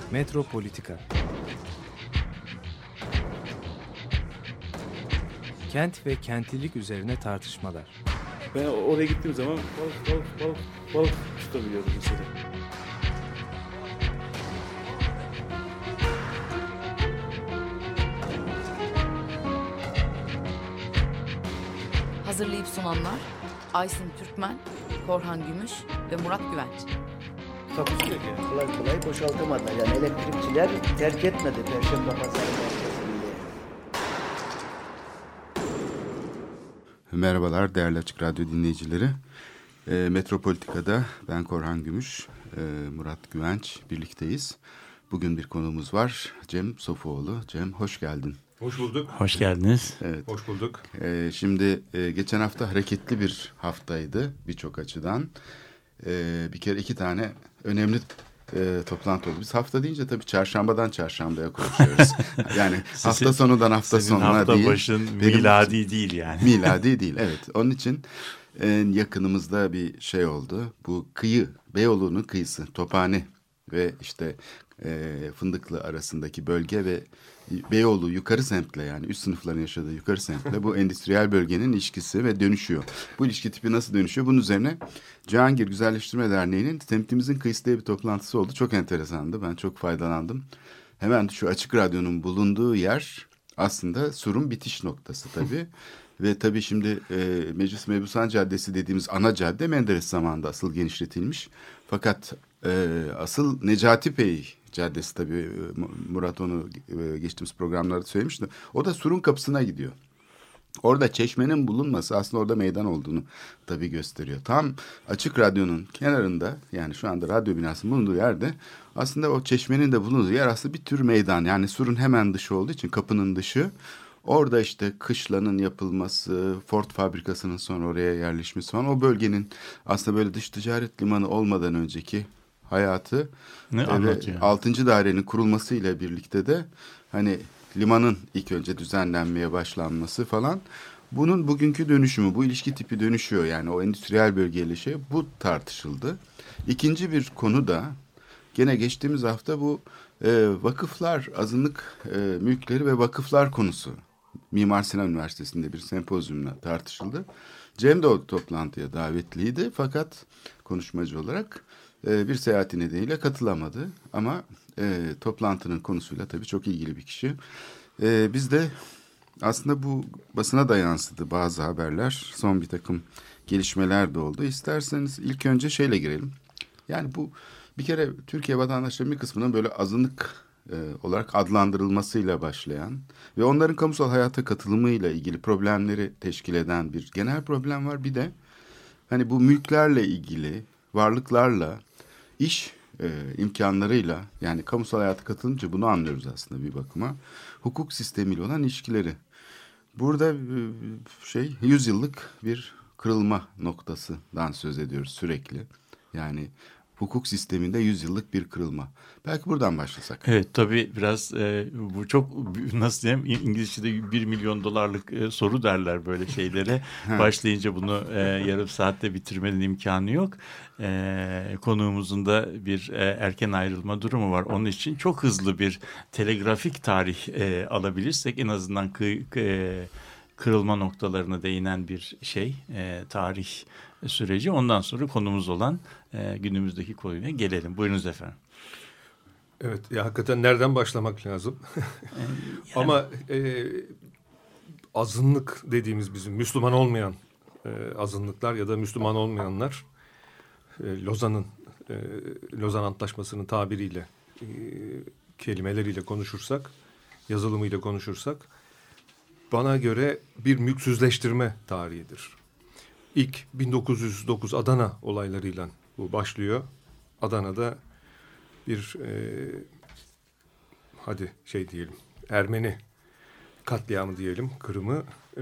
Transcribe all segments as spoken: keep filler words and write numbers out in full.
Metropolitika. Kent ve kentlilik üzerine tartışmalar. Ben oraya gittiğim zaman balık balık balık balık tutabiliyordum mesela. Hazırlayıp sunanlar Aysin Türkmen, Korhan Gümüş ve Murat Güvenç. Takusu yok yani. Kolay kolay boşaltamadılar. Yani elektrikçiler terk etmedi Perşembe Pazarı merkezinde. Merhabalar değerli Açık Radyo dinleyicileri. E, Metropolitika'da ben Korhan Gümüş, e, Murat Güvenç birlikteyiz. Bugün bir konuğumuz var. Cem Sofuoğlu. Cem hoş geldin. Hoş bulduk. Hoş geldiniz. Evet. Hoş bulduk. E, şimdi e, geçen hafta hareketli bir haftaydı birçok açıdan. E, bir kere iki tane önemli e, toplantı oldu. Biz hafta deyince tabii çarşambadan çarşambaya konuşuyoruz. Yani Sizin, hafta sonundan hafta sonuna hafta değil. başın Benim miladi için, değil yani. Miladi değil, evet. Onun için en yakınımızda bir şey oldu. Bu kıyı, Beyoğlu'nun kıyısı, Tophane ve işte e, Fındıklı arasındaki bölge ve Beyoğlu yukarı semtle, yani üst sınıfların yaşadığı yukarı semtle bu endüstriyel bölgenin ilişkisi ve dönüşüyor. Bu ilişki tipi nasıl dönüşüyor? Bunun üzerine Cihangir Güzelleştirme Derneği'nin semtimizin kıyısı diye bir toplantısı oldu. Çok enteresandı. Ben çok faydalandım. Hemen şu Açık Radyo'nun bulunduğu yer aslında Sur'un bitiş noktası tabii. Ve tabii şimdi e, Meclis Mebusan Caddesi dediğimiz ana cadde Menderes zamanında asıl genişletilmiş. Fakat e, asıl Necati Bey Caddesi tabii, Murat onu e, geçtiğimiz programlarda söylemişti. O da Sur'un kapısına gidiyor. Orada çeşmenin bulunması aslında orada meydan olduğunu tabii gösteriyor. Tam Açık Radyo'nun kenarında, yani şu anda radyo binasının bulunduğu yerde aslında o çeşmenin de bulunduğu yer aslında bir tür meydan. Yani Sur'un hemen dışı olduğu için, kapının dışı. Orada işte Kışla'nın yapılması, Ford fabrikasının sonra oraya yerleşmesi falan, o bölgenin aslında böyle dış ticaret limanı olmadan önceki hayatı ne ve anlatıyor? altıncı dairenin kurulmasıyla birlikte de hani limanın ilk önce düzenlenmeye başlanması falan, bunun bugünkü dönüşümü, bu ilişki tipi dönüşüyor, yani o endüstriyel bölgeyle şey, bu tartışıldı. İkinci bir konu da gene geçtiğimiz hafta bu e, vakıflar, azınlık e, mülkleri ve vakıflar konusu Mimar Sinan Üniversitesi'nde bir sempozyumla tartışıldı. Cem de o toplantıya davetliydi fakat konuşmacı olarak e, bir seyahati nedeniyle katılamadı. Ama e, toplantının konusuyla tabii çok ilgili bir kişi. E, biz de aslında bu basına da yansıdı bazı haberler. Son bir takım gelişmeler de oldu. İsterseniz ilk önce şeyle girelim. Yani bu bir kere Türkiye vatandaşlarının bir kısmının böyle azınlık e, olarak adlandırılmasıyla başlayan ve onların kamusal hayata katılımıyla ilgili problemleri teşkil eden bir genel problem var. Bir de hani bu mülklerle ilgili, varlıklarla, iş e, imkanlarıyla, yani kamusal hayata katılınca bunu anlıyoruz aslında bir bakıma. Hukuk sistemiyle olan ilişkileri. Burada e, şey yüzyıllık bir kırılma noktasından söz ediyoruz sürekli. Yani hukuk sisteminde yüzyıllık bir kırılma. Belki buradan başlasak. Evet, tabii biraz e, bu çok, nasıl diyeyim, İngilizce'de bir milyon dolarlık e, soru derler böyle şeylere. Başlayınca bunu e, yarım saatte bitirmenin imkanı yok. E, konuğumuzun da bir e, erken ayrılma durumu var. Onun için çok hızlı bir telegrafik tarih e, alabilirsek, en azından kı, e, kırılma noktalarına değinen bir şey, e, tarih süreci. Ondan sonra konumuz olan e, günümüzdeki konuya gelelim. Buyurunuz efendim. Evet, ya hakikaten nereden başlamak lazım? Yani, ama e, azınlık dediğimiz bizim Müslüman olmayan e, azınlıklar ya da Müslüman olmayanlar, e, Lozan'ın e, Lozan Antlaşması'nın tabiriyle, e, kelimeleriyle konuşursak, yazılımıyla konuşursak, bana göre bir mülksüzleştirme tarihidir. İlk bin dokuz yüz dokuz Adana olaylarıyla bu başlıyor. Adana'da bir e, hadi şey diyelim, Ermeni katliamı diyelim, Kırım'ı, e,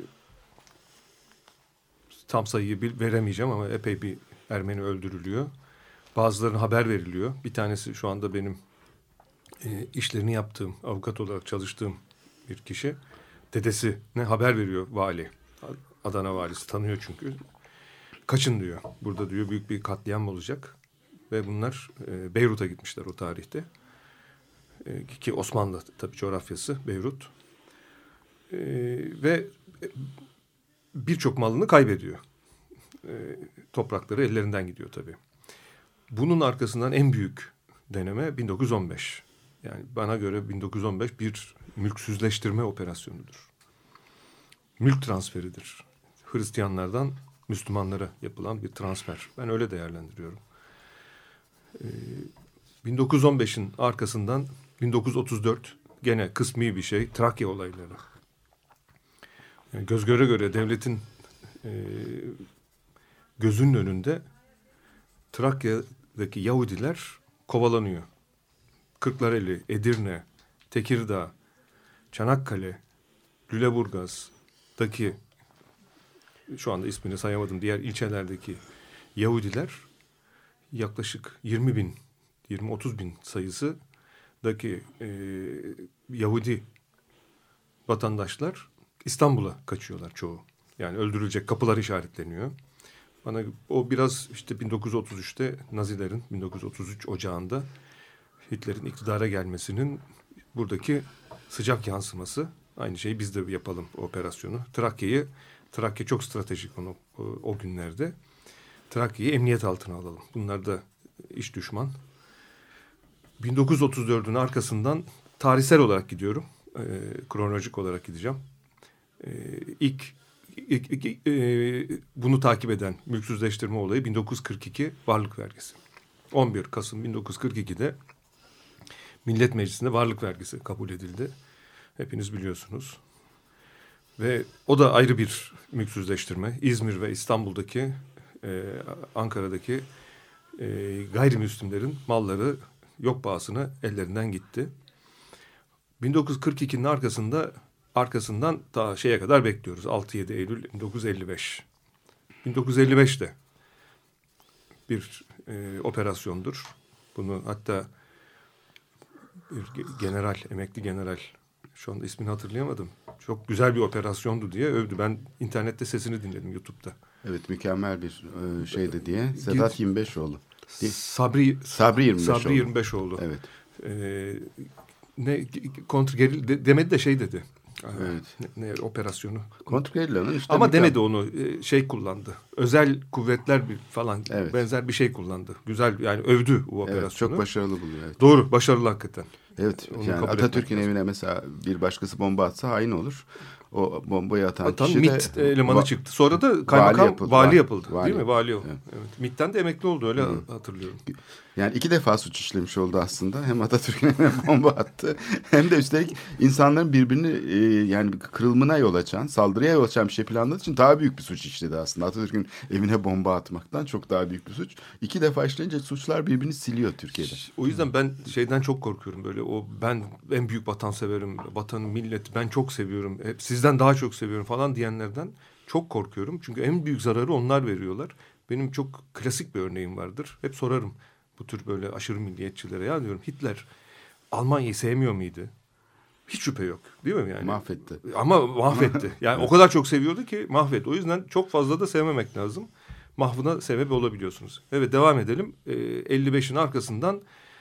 tam sayıyı bil, veremeyeceğim ama epey bir Ermeni öldürülüyor. Bazılarına haber veriliyor. Bir tanesi şu anda benim e, işlerini yaptığım, avukat olarak çalıştığım bir kişi. Dedesine haber veriyor vali. Adana valisi tanıyor çünkü. Kaçın diyor. Burada diyor büyük bir katliam olacak. Ve bunlar e, Beyrut'a gitmişler o tarihte. E, ki Osmanlı tabii coğrafyası Beyrut. E, ve birçok malını kaybediyor. E, toprakları ellerinden gidiyor tabii. Bunun arkasından en büyük deneme bin dokuz yüz on beş. Yani bana göre bin dokuz yüz on beş bir mülksüzleştirme operasyonudur. Mülk transferidir. Hristiyanlardan Müslümanlara yapılan bir transfer. Ben öyle değerlendiriyorum. Ee, bin dokuz yüz on beşin arkasından bin dokuz yüz otuz dört gene kısmi bir şey, Trakya olayları. Yani göz göre göre devletin e, gözünün önünde Trakya'daki Yahudiler kovalanıyor. Kırklareli, Edirne, Tekirdağ, Çanakkale, Lüleburgaz'daki, şu anda ismini sayamadım, diğer ilçelerdeki Yahudiler yaklaşık yirmi bin, yirmi otuz bin sayısındaki e, Yahudi vatandaşlar İstanbul'a kaçıyorlar çoğu. Yani öldürülecek, kapılar işaretleniyor. Bana o biraz işte bin dokuz yüz otuz üçte Nazilerin bin dokuz yüz otuz üç Ocağı'nda Hitler'in iktidara gelmesinin buradaki sıcak yansıması. Aynı şeyi biz de yapalım, operasyonu. Trakya'yı, Trakya çok stratejik onu, o, o günlerde. Trakya'yı emniyet altına alalım. Bunlar da iş düşman. bin dokuz yüz otuz dördün arkasından tarihsel olarak gidiyorum. E, kronolojik olarak gideceğim. E, ilk, ilk, ilk e, bunu takip eden mülksüzleştirme olayı bin dokuz yüz kırk iki varlık vergisi. on bir Kasım bin dokuz yüz kırk iki'de Millet Meclisi'nde varlık vergisi kabul edildi. Hepiniz biliyorsunuz. Ve o da ayrı bir mülksüzleştirme. İzmir ve İstanbul'daki, e, Ankara'daki e, gayrimüslimlerin malları yok pahasına ellerinden gitti. bin dokuz yüz kırk iki'nin arkasında arkasından ta şeye kadar bekliyoruz. altı yedi Eylül bin dokuz yüz elli beş. bin dokuz yüz elli beş'te bir e, operasyondur. Bunu hatta bir general, emekli general, şu anda ismini hatırlayamadım, çok güzel bir operasyondu diye övdü. Ben internette sesini dinledim YouTube'da. Evet, mükemmel bir e, şeydi diye. Sedat yirmi beş oldu. Sabri Sabri yirmi beş Sabri oldu. yirmi beş oldu. Evet. Ee, ne kontrgeril de, demedi de şey dedi. Evet. Ne, ne operasyonu. Kontrgerilla'nın işte. Ama mükemmel- demedi onu, e, şey kullandı. Özel kuvvetler bir falan, Evet. benzer bir şey kullandı. Güzel, yani övdü bu Evet, operasyonu. çok başarılı buluyor. Evet. Doğru, başarılı hakikaten. Evet, Onu yani kabul Atatürk'ün etmek evine mesela bir başkası bomba atsa hain olur. O bombayı atan Tam kişi MİT de elemanı va- çıktı. Sonra da kaymakam vali yapıldı. yapıldı, Vali- yapıldı vali değil mi? yapıldı. Vali oldu. Evet. Evet. MİT'ten de emekli oldu, öyle Hı. hatırlıyorum. Yani iki defa suç işlemiş oldu aslında. Hem Atatürk'ün evine bomba attı, hem de üstelik insanların birbirini e, yani kırılmına yol açan, saldırıya yol açan bir şey planladığı için daha büyük bir suç işledi aslında. Atatürk'ün evine bomba atmaktan çok daha büyük bir suç. İki defa işleyince suçlar birbirini siliyor Türkiye'de. O yüzden ben şeyden çok korkuyorum, böyle o ben en büyük vatanseverim, vatanı, milleti ben çok seviyorum, hep sizden daha çok seviyorum falan diyenlerden çok korkuyorum. Çünkü en büyük zararı onlar veriyorlar. Benim çok klasik bir örneğim vardır. Hep sorarım bu tür böyle aşırı milliyetçilere, ya diyorum, Hitler Almanya'yı sevmiyor muydu? Hiç şüphe yok, değil mi yani? Mahvetti. Ama mahvetti. Yani o kadar çok seviyordu ki mahvetti. O yüzden çok fazla da sevmemek lazım. Mahvına sebep olabiliyorsunuz. Evet, devam edelim. Ee, elli beşin arkasından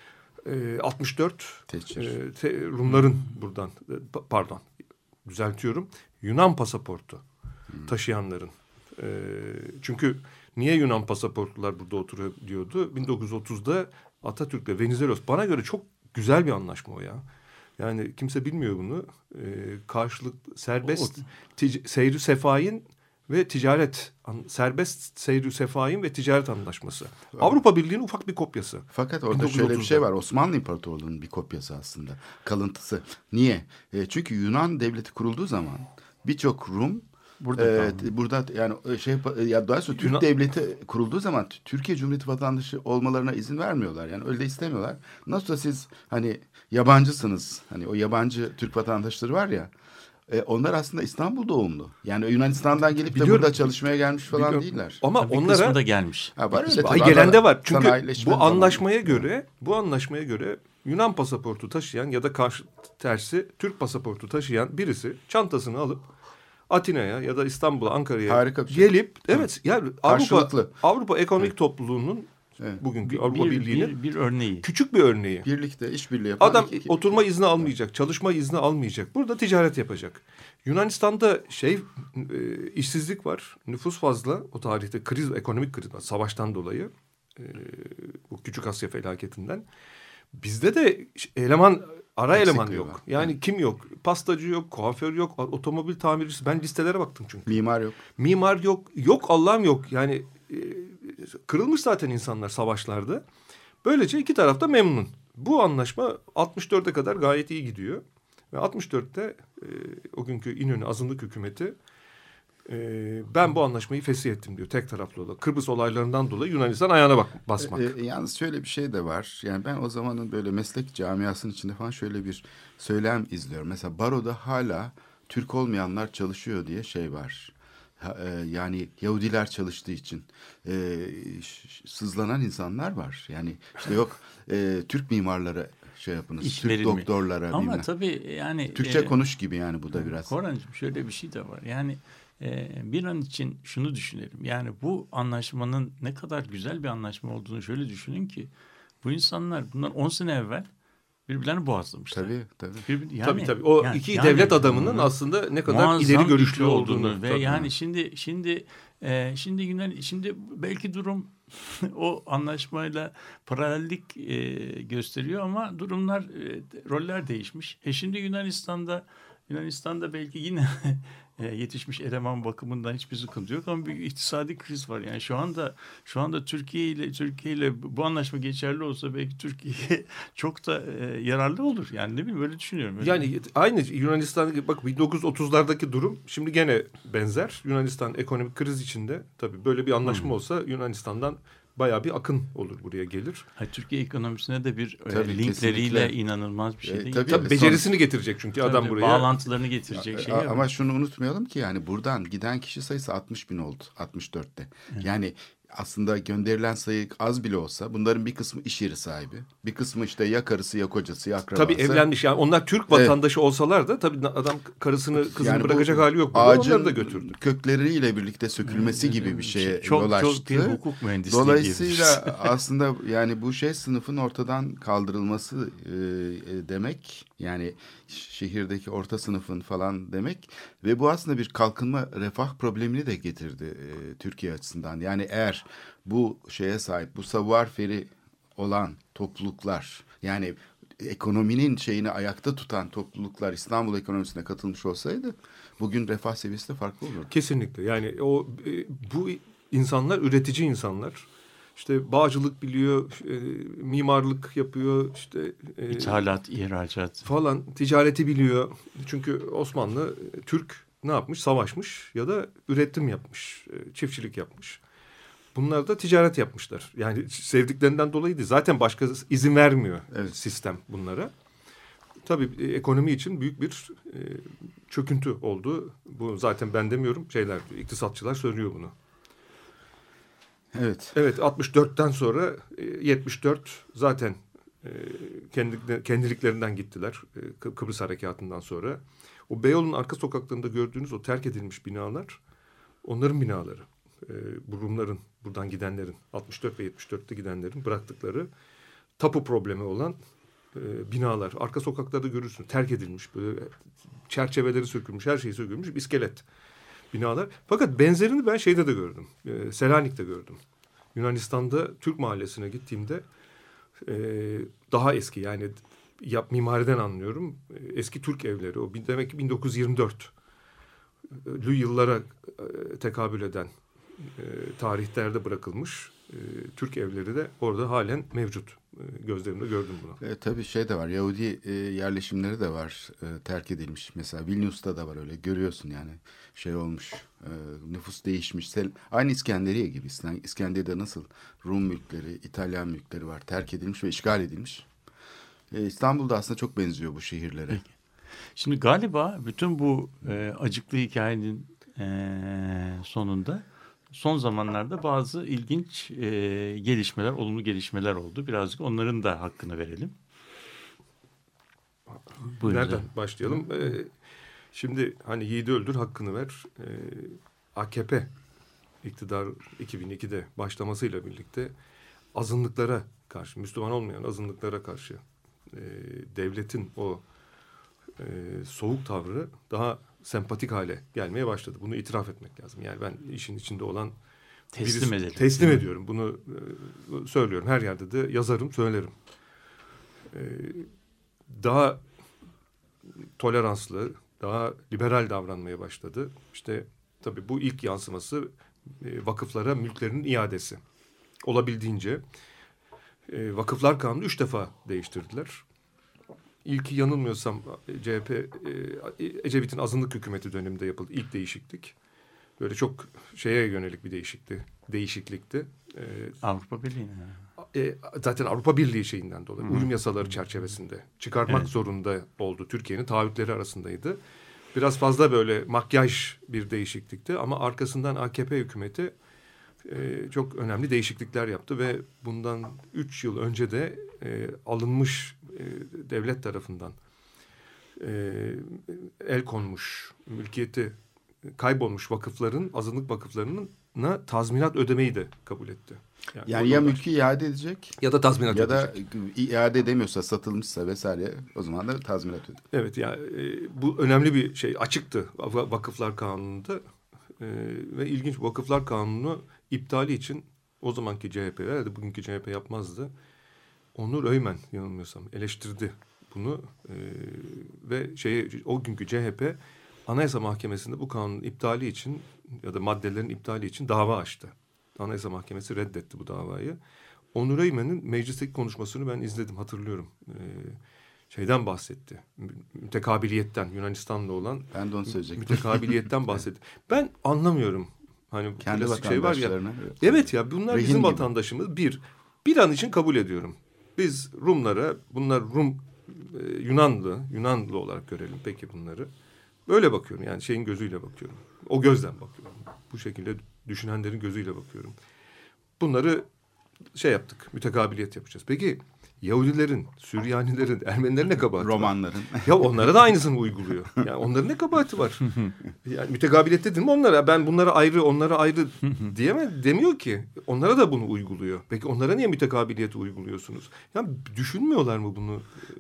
e, altmış dört Teçhir. e, te, Rumların buradan e, pa- pardon düzeltiyorum. Yunan pasaportu taşıyanların. E, çünkü niye Yunan pasaportlular burada oturuyor diyordu. bin dokuz yüz otuzda Atatürk'le Venizelos, bana göre çok güzel bir anlaşma o ya. Yani kimse bilmiyor bunu. E, karşılık serbest tic- seyri sefayin ve ticaret, serbest seyri sefayin ve ticaret anlaşması. Avrupa Birliği'nin ufak bir kopyası. Fakat orada bin dokuz yüz şöyle bir otuzda. şey var. Osmanlı İmparatorluğu'nun bir kopyası aslında. Kalıntısı. Niye? E, çünkü Yunan devleti kurulduğu zaman birçok Rum Burada e, kaldı. burada yani şey ya daha sonra Türk Yunan- devleti kurulduğu zaman Türkiye Cumhuriyeti vatandaşı olmalarına izin vermiyorlar. Yani öyle de istemiyorlar. Nasılsa siz hani yabancısınız. Hani o yabancı Türk vatandaşları var ya. E, onlar aslında İstanbul doğumlu. Yani Yunanistan'dan gelip de Biliyorum. burada çalışmaya gelmiş falan Biliyorum. değiller. Ama Bir onlara kısmı da gelmiş. Ha, var öyle Ay tabii. gelen de var. Adam- Çünkü sanayileşme bu zamanı. anlaşmaya göre, bu anlaşmaya göre Yunan pasaportu taşıyan ya da karşı tersi Türk pasaportu taşıyan birisi çantasını alıp Atina'ya ya da İstanbul'a, Ankara'ya Harika bir şey. gelip evet yani Avrupa Karşılıklı. Avrupa Ekonomik Topluluğu'nun Evet. Bugünkü Bir, Avrupa bir, Birliği'nin bir, bir örneği. küçük bir örneği. Birlikte işbirliği yapan Adam iki- iki- oturma izni almayacak, çalışma izni almayacak. Burada ticaret yapacak. Yunanistan'da şey e, işsizlik var, nüfus fazla. O tarihte kriz, ekonomik kriz var, savaştan dolayı. E, bu Küçük Asya felaketinden. Bizde de eleman, ara Eksikliği eleman yok. var. Yani Evet. kim yok? Pastacı yok, kuaför yok, otomobil tamircisi. Ben listelere baktım çünkü. mimar yok. Mimar yok. Yok, Allah'ım yok. Yani e, kırılmış zaten insanlar savaşlarda. Böylece iki taraf da memnun. Bu anlaşma altmış dörde kadar gayet iyi gidiyor. Ve altmış dörtte e, o günkü İnönü azınlık hükümeti e, ben bu anlaşmayı fesih ettim diyor tek taraflı olarak. Kıbrıs olaylarından dolayı Yunanistan ayağına bak, basmak. E, e, yalnız şöyle bir şey de var. Yani ben o zamanın böyle meslek camiasının içinde falan şöyle bir söylem izliyorum. Mesela baroda hala Türk olmayanlar çalışıyor diye şey var. Ha, e, yani Yahudiler çalıştığı için e, ş- ş- sızlanan insanlar var. Yani işte yok e, Türk mimarlara şey yapınız, İş Türk verilmiyor. doktorlara Ama bilmem. tabii yani... Türkçe e, konuş gibi yani bu da biraz. Korhancığım şöyle bir şey de var. Yani e, bir an için şunu düşünelim. Yani bu anlaşmanın ne kadar güzel bir anlaşma olduğunu şöyle düşünün ki bu insanlar bundan on sene evvel birbirlerini boğazlamışlar. Tabii tabii. Birbir, yani, tabii tabii. O yani- iki yani devlet adamının bunu aslında ne kadar muazzam ileri görüşlü güçlü olduğunu. ve Tabii. yani şimdi şimdi e, şimdi Yunan şimdi belki durum o anlaşmayla paralellik e, gösteriyor ama durumlar e, roller değişmiş. E şimdi Yunanistan'da Yunanistan'da belki yine e, yetişmiş eleman bakımından hiçbir sıkıntı yok ama bir iktisadi kriz var. Yani şu anda şu anda Türkiye ile Türkiye ile bu anlaşma geçerli olsa belki Türkiye çok da e, yararlı olur. Yani ne bileyim öyle düşünüyorum. Öyle. Yani aynı Yunanistan, bak bin dokuz yüz otuzlardaki durum şimdi gene benzer. Yunanistan ekonomik kriz içinde, tabii böyle bir anlaşma Hmm. olsa Yunanistan'dan bayağı bir akın olur, buraya gelir. Ha, Türkiye ekonomisine de bir e, Tabii, linkleriyle kesinlikle. inanılmaz bir şey E, değil. tabii. Tabii son- becerisini getirecek çünkü Tabii, adam buraya. bağlantılarını getirecek şey. A- Ama şunu unutmayalım ki yani buradan giden kişi sayısı altmış bin oldu altmış dörtte. Yani aslında gönderilen sayı az bile olsa bunların bir kısmı iş yeri sahibi. Bir kısmı işte ya karısı ya kocası ya akrabası. Tabii evlenmiş, yani onlar Türk vatandaşı olsalar da tabii adam karısını kızını Yani bu bırakacak hali yok. Burada. Ağacın Onları da götürdü. kökleriyle birlikte sökülmesi gibi bir şeye çok, yol açtı. Çok bir hukuk mühendisliği Dolayısıyla diyebiliriz. aslında yani bu şey sınıfın ortadan kaldırılması e, e, demek, yani şehirdeki orta sınıfın falan demek ve bu aslında bir kalkınma refah problemini de getirdi e, Türkiye açısından. Yani eğer bu şeye sahip, bu savoir-faire olan topluluklar, yani ekonominin şeyini ayakta tutan topluluklar İstanbul ekonomisine katılmış olsaydı bugün refah seviyesi de farklı olurdu. Kesinlikle. Yani o e, bu insanlar üretici insanlar. İşte bağcılık biliyor, e, mimarlık yapıyor, işte e, İthalat, ihracat. falan, ticareti biliyor. Çünkü Osmanlı e, Türk ne yapmış? Savaşmış ya da üretim yapmış, e, çiftçilik yapmış. Bunlar da ticaret yapmışlar. Yani sevdiklerinden dolayı değil. Zaten başka izin vermiyor Evet. sistem bunlara. Tabii e, ekonomi için büyük bir e, çöküntü oldu. Bu zaten ben demiyorum, şeyler, iktisatçılar söylüyor bunu. Evet. Evet, altmış dörtten sonra e, yetmiş dört zaten e, kendi, kendiliklerinden gittiler e, Kı- Kıbrıs Harekatı'ndan sonra. O Beyoğlu'nun arka sokaklarında gördüğünüz o terk edilmiş binalar onların binaları. E, bu Rumların, buradan gidenlerin, altmış dört ve yetmiş dörtte gidenlerin bıraktıkları tapu problemi olan e, binalar. Arka sokaklarda görürsün, terk edilmiş, böyle çerçeveleri sökülmüş, her şeyi sökülmüş bir iskelet binalar. Fakat benzerini ben şeyde de gördüm. E, Selanik'te gördüm. Yunanistan'da Türk mahallesine gittiğimde e, daha eski, yani yap mimariden anlıyorum. E, eski Türk evleri. O demek ki bin dokuz yüz yirmi dörtlü yıllara e, tekabül eden e, tarihlerde bırakılmış e, Türk evleri de orada halen mevcut. E, gözlerimde gördüm bunu. E, tabii şey de var, Yahudi e, yerleşimleri de var, e, terk edilmiş. Mesela Vilnius'ta da var, öyle görüyorsun yani şey olmuş, e, nüfus değişmiş. Sel- Aynı İskenderiye gibi. İsken- İskenderiye'de nasıl Rum mülkleri, İtalyan mülkleri var, terk edilmiş ve işgal edilmiş. E, İstanbul'da aslında çok benziyor bu şehirlere. Peki. Şimdi galiba bütün bu e, acıklı hikayenin e, sonunda son zamanlarda bazı ilginç e, gelişmeler, olumlu gelişmeler oldu. Birazcık onların da hakkını verelim. Buyurun. Nereden başlayalım? Ee, şimdi hani yiğidi öldür hakkını ver. Ee, A K P iktidar iki bin ikide başlamasıyla birlikte azınlıklara karşı, Müslüman olmayan azınlıklara karşı e, devletin o e, soğuk tavrı daha sempatik hale gelmeye başladı. Bunu itiraf etmek lazım. Yani ben işin içinde olan teslim birisi, edelim. Teslim ediyorum. Bunu e, söylüyorum. Her yerde de yazarım, söylerim. E, daha toleranslı, daha liberal davranmaya başladı. İşte tabii bu ilk yansıması e, vakıflara mülklerinin iadesi. Olabildiğince e, Vakıflar Kanunu üç defa değiştirdiler. İlki yanılmıyorsam C H P, e, Ecevit'in azınlık hükümeti döneminde yapıldı ilk değişiklik. Böyle çok şeye yönelik bir değişikti, değişiklikti. E, Avrupa Birliği'ne. E, zaten Avrupa Birliği şeyinden dolayı, uyum yasaları çerçevesinde çıkarmak Evet. zorunda oldu. Türkiye'nin taahhütleri arasındaydı. Biraz fazla böyle makyaj bir değişiklikti ama arkasından A K P hükümeti e, çok önemli değişiklikler yaptı ve bundan üç yıl önce de e, alınmış e, devlet tarafından e, el konmuş, mülkiyeti kaybolmuş vakıfların, azınlık vakıflarının tazminat ödemeyi de kabul etti. Yani, yani ya mülkü iade edecek ya da tazminat ya ödeyecek. da iade edemiyorsa, satılmışsa vesaire, o zaman da tazminat ödeyecek. Evet, yani e, bu önemli bir şey, açıktı Vakıflar Kanunu'nda e, ve ilginç, Vakıflar Kanunu iptali için o zamanki C H P, herhalde bugünkü C H P yapmazdı. Onur Öymen yanılmıyorsam eleştirdi bunu e, ve şeye, o günkü C H P Anayasa Mahkemesi'nde bu kanunun iptali için ya da maddelerin iptali için dava açtı. Anayasa Mahkemesi reddetti bu davayı. Onur Öymen'in meclisteki konuşmasını ben izledim, hatırlıyorum. Ee, şeyden bahsetti. Mütekabiliyetten, Yunanistan'la olan ben de onu söyleyecektim. Mütekabiliyetten bahsetti. Ben anlamıyorum. Hani kendi klasik şey var ya. Evet, evet ya, bunlar rehin bizim gibi vatandaşımız. Bir, bir an için kabul ediyorum. Biz Rumlara, bunlar Rum, e, Yunanlı, Yunanlı olarak görelim peki bunları. Böyle bakıyorum, yani şeyin gözüyle bakıyorum. O gözden bakıyorum. Bu şekilde düşünenlerin gözüyle bakıyorum. Bunları şey yaptık, mütekabiliyet yapacağız. Peki Yahudilerin, Süryanilerin, Ermenilerin ne kabahati Romanların. var? Ya onlara da aynısını uyguluyor. Yani onların ne kabahati var? Yani mütekabiliyet dedim mi onlara? Ben bunlara ayrı, onlara ayrı diyemem, demiyor ki. Onlara da bunu uyguluyor. Peki onlara niye mütekabiliyeti uyguluyorsunuz? Ya düşünmüyorlar mı bunu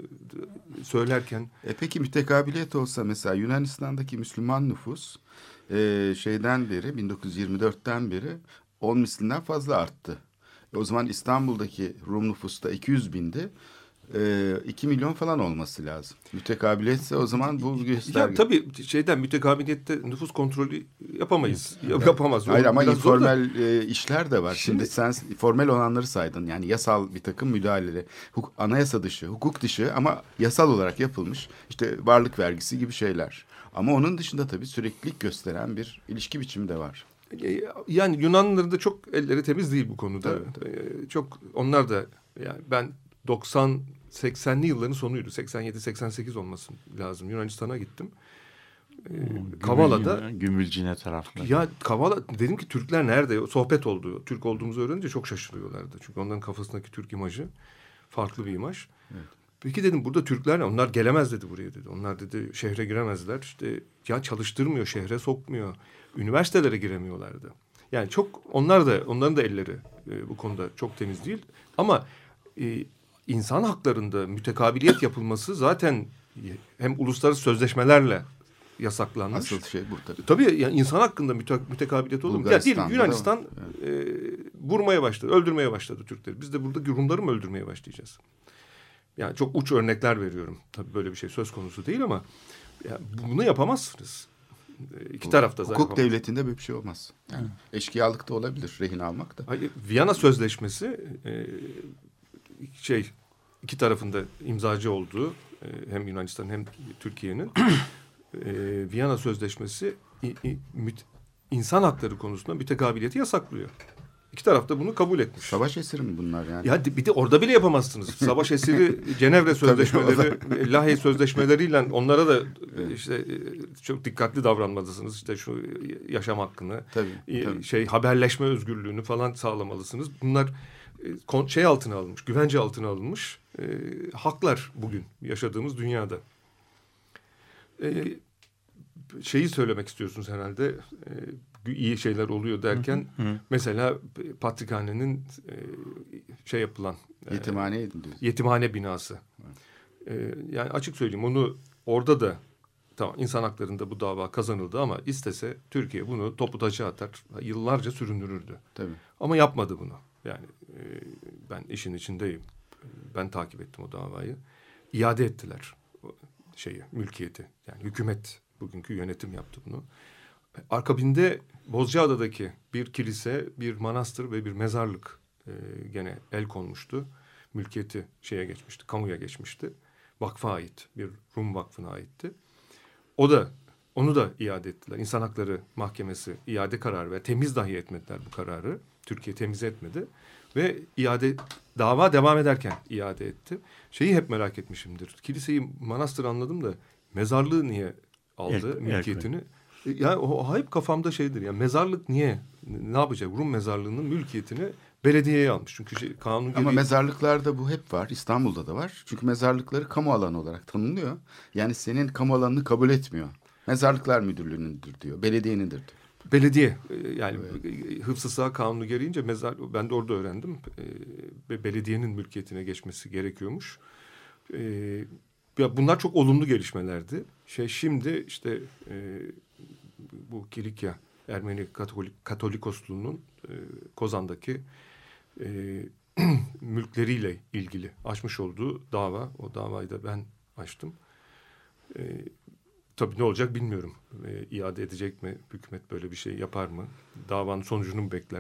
söylerken? E peki mütekabiliyet olsa mesela Yunanistan'daki Müslüman nüfus e, şeyden beri, bin dokuz yüz yirmi dörtten beri on mislinden fazla arttı. E, o zaman İstanbul'daki Rum nüfusu da iki yüz bindi. E, iki milyon falan olması lazım. Mütekabiliyetse o zaman bu gösterge. Ya tabii şeyden, mütekabiliyette nüfus kontrolü yapamayız. Yap, yapamaz. Hayır ama Biraz informal e, işler de var. Şimdi, Şimdi sen formel olanları saydın. Yani yasal bir takım müdahaleleri. Huk, anayasa dışı, hukuk dışı ama yasal olarak yapılmış. İşte varlık vergisi gibi şeyler. Ama onun dışında tabii süreklilik gösteren bir ilişki biçimi de var. Yani Yunanlıların da çok elleri temiz değil bu konuda. Tabii, tabii. Çok onlar da, yani ben doksan seksenli yılların sonuydu. seksen yedi seksen sekiz olması lazım. Yunanistan'a gittim. Hmm, Kavala'da. Gümülcine tarafları. Ya Kavala, dedim ki Türkler nerede? Sohbet oldu. Türk olduğumuzu öğrenince çok şaşırıyorlardı. Çünkü onların kafasındaki Türk imajı farklı bir imaj. Evet. Peki dedim, burada Türkler, onlar gelemez dedi buraya dedi. Onlar dedi şehre giremezler. İşte ya çalıştırmıyor, şehre sokmuyor. Üniversitelere giremiyorlardı. Yani çok, onlar da, onların da elleri e, bu konuda çok temiz değil. Ama e, insan haklarında mütekabiliyet yapılması zaten hem uluslararası sözleşmelerle yasaklanmış. Asıl şey bu tabii. Tabii yani insan hakkında müte, mütekabiliyet olur mu? Ya diyelim Yunanistan evet. e, vurmaya başladı, öldürmeye başladı Türkleri. Biz de buradaki Rumları mı öldürmeye başlayacağız? Yani çok uç örnekler veriyorum. Tabii böyle bir şey söz konusu değil ama ya bunu yapamazsınız. İki tarafta zaten. Hukuk devletinde böyle bir şey olmaz. Yani eşkıyalık da olabilir, rehin almak da. Hayır, Viyana Sözleşmesi e, şey iki tarafında imzacı olduğu e, hem Yunanistan hem Türkiye'nin e, Viyana Sözleşmesi i, i, müt, insan hakları konusunda mütekabiliyeti yasaklıyor. İki taraf da bunu kabul etmiş. Savaş esiri mi bunlar yani? Ya bir de orada bile yapamazsınız. Savaş esiri, Cenevre Sözleşmeleri, Lahey Sözleşmeleriyle onlara da işte çok dikkatli davranmalısınız. İşte şu yaşam hakkını, tabii, tabii. şey haberleşme özgürlüğünü falan sağlamalısınız. Bunlar şey altına alınmış, güvence altına alınmış e, haklar bugün yaşadığımız dünyada. E, şeyi söylemek istiyorsunuz herhalde. E, iyi şeyler oluyor derken Hı hı. mesela Patrikhane'nin e, şey yapılan Yetimhane e, diyorsun. yetimhane binası. E, yani açık söyleyeyim onu orada da tamam insan haklarında bu dava kazanıldı ama istese Türkiye bunu topu taşı atar. Yıllarca süründürürdü. Tabii. Ama yapmadı bunu. Yani e, ben işin içindeyim. Ben takip ettim o davayı. İade ettiler o şeyi, mülkiyeti. Yani hükümet, bugünkü yönetim yaptı bunu. Akabinde Bozcaada'daki bir kilise, bir manastır ve bir mezarlık e, gene el konmuştu. Mülkiyeti şeye geçmişti, kamuya geçmişti. Vakfa ait, bir Rum vakfına aitti. O da, onu da iade ettiler. İnsan Hakları Mahkemesi iade kararı ve temiz dahi etmediler bu kararı. Türkiye temiz etmedi. Ve iade, dava devam ederken iade etti. Şeyi hep merak etmişimdir. Kiliseyi, manastır anladım da mezarlığı niye aldı, El- mülkiyetini? E, Yani o, o hep kafamda şeydir. Yani mezarlık niye, ne yapacak? Rum mezarlığının mülkiyetini belediyeye almış. Çünkü şey, kanun Ama gereği... mezarlıklarda bu hep var. İstanbul'da da var. Çünkü mezarlıkları kamu alanı olarak tanımlıyor. Yani senin kamu alanını kabul etmiyor. Mezarlıklar Müdürlüğü'nündür diyor. Belediyenindir diyor. Belediye e, yani evet. Hıfzı Sıha Kanunu gereğince mezar, ben de orada öğrendim. E, belediyenin mülkiyetine geçmesi gerekiyormuş. E, ya bunlar çok olumlu gelişmelerdi. Şey şimdi işte e, bu Kilikya Ermeni Katolik Katolikosluğunun e, Kozan'daki e, mülkleriyle ilgili açmış olduğu dava. O davayı da ben açtım. E, Tabii ne olacak bilmiyorum. E, iade edecek mi? Hükümet böyle bir şey yapar mı? Davanın sonucunu mu bekler?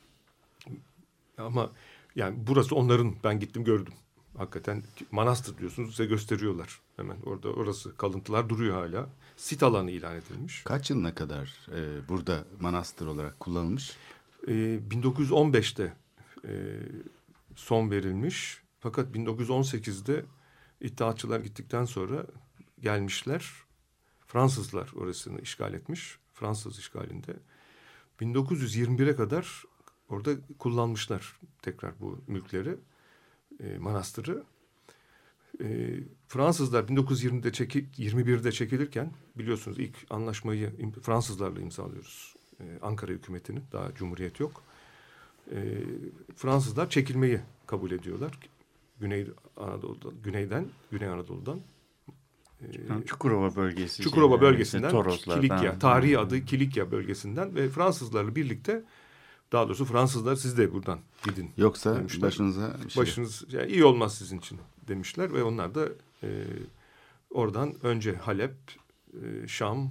Ama yani burası onların, ben gittim gördüm. Hakikaten manastır diyorsunuz, size gösteriyorlar. Hemen orada orası kalıntılar duruyor hala. Sit alanı ilan edilmiş. Kaç yılına kadar e, burada manastır olarak kullanılmış? E, bin dokuz yüz on beşte e, son verilmiş. Fakat bin dokuz yüz on sekizde İttihatçılar gittikten sonra gelmişler. Fransızlar orasını işgal etmiş. Fransız işgalinde. bin dokuz yüz yirmi bire kadar orada kullanmışlar tekrar bu mülkleri, e, manastırı. E, Fransızlar bin dokuz yüz yirmide çeki, yirmi birde çekilirken biliyorsunuz ilk anlaşmayı Fransızlarla imzalıyoruz. E, Ankara hükümetinin, daha cumhuriyet yok. E, Fransızlar çekilmeyi kabul ediyorlar. Güney Anadolu'dan, güneyden, Güney Anadolu'dan. Çukurova bölgesi. Çukurova şey, bölgesinden, Toroslardan. Kilikya, tarihi adı Kilikya bölgesinden ve Fransızlarla birlikte, daha doğrusu Fransızlar siz de buradan gidin. Yoksa demişler. başınıza bir şey. Başınız yani iyi olmaz sizin için demişler ve onlar da e, oradan önce Halep, e, Şam,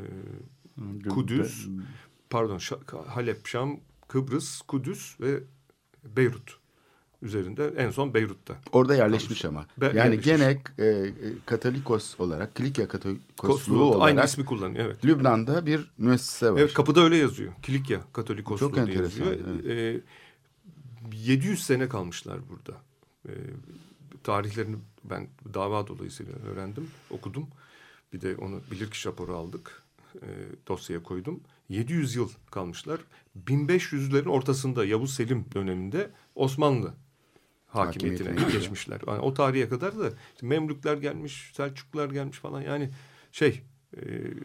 e, Kudüs, pardon Ş- Halep, Şam, Kıbrıs, Kudüs ve Beyrut üzerinde, en son Beyrut'ta. Orada yerleşmiş ama. Be- yani yerleşmiş. gene e, e, Katolikos olarak, Kilikya Katolikosluğu Kosluğu, olarak aynı ismi kullanıyor, evet. Lübnan'da bir müessese var. Evet, kapıda öyle yazıyor. Kilikya Katolikosluğu Çok diye enteresan, yazıyor. Ee, yedi yüz sene kalmışlar burada. Ee, tarihlerini ben dava dolayısıyla öğrendim, okudum. Bir de onu bilirkişi raporu aldık. E, dosyaya koydum. yedi yüz yıl kalmışlar. bin beş yüzlerin ortasında Yavuz Selim döneminde Osmanlı hakimiyetine Hakimiyetine geçmişler. Yani o tarihe kadar da işte Memlükler gelmiş, Selçuklular gelmiş falan. Yani şey e,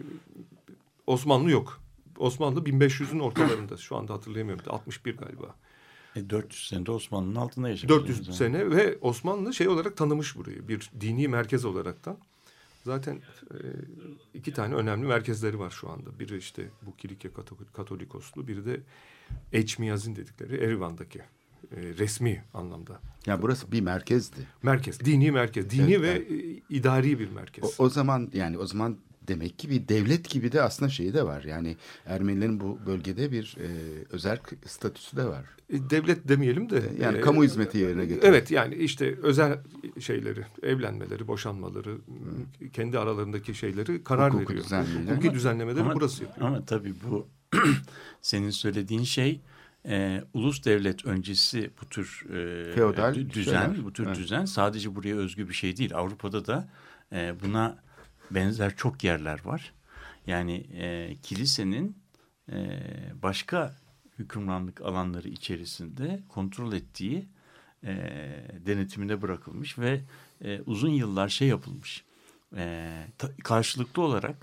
Osmanlı yok. Osmanlı bin beş yüzün ortalarında. Şu anda hatırlayamıyorum. altmış bir galiba. E, dört yüz senede Osmanlı'nın altında yaşamış. dört yüz sene ve Osmanlı şey olarak tanımış burayı. Bir dini merkez olaraktan. Zaten e, iki tane önemli merkezleri var şu anda. Biri işte bu Kilikya Katolik, Katolikoslu, biri de Eçmiyazin dedikleri Erivan'daki e, resmi anlamda. Yani burası bir merkezdi. Merkez, dini merkez. Dini Evet, ve yani. e, idari bir merkez. O, o zaman yani o zaman demek ki bir devlet gibi de aslında şeyi de var. Yani Ermenilerin bu bölgede bir e, özel statüsü de var. E, devlet demeyelim de. Yani e, kamu hizmeti yerine getiriyor. Evet, yani işte özel şeyleri, evlenmeleri, boşanmaları, hmm. kendi aralarındaki şeyleri karar Hukuki veriyor. düzenlemeleri. Hukuki düzenlemeleri ama, burası yapıyor. Ama tabii bu senin söylediğin şey e, ulus devlet öncesi bu tür e, Feodal dü- düzen, şeyler. bu tür Evet. düzen sadece buraya özgü bir şey değil. Avrupa'da da e, buna benzer çok yerler var. Yani e, kilisenin e, başka hükümranlık alanları içerisinde kontrol ettiği, e, denetimine bırakılmış ve e, uzun yıllar şey yapılmış. E, ta, karşılıklı olarak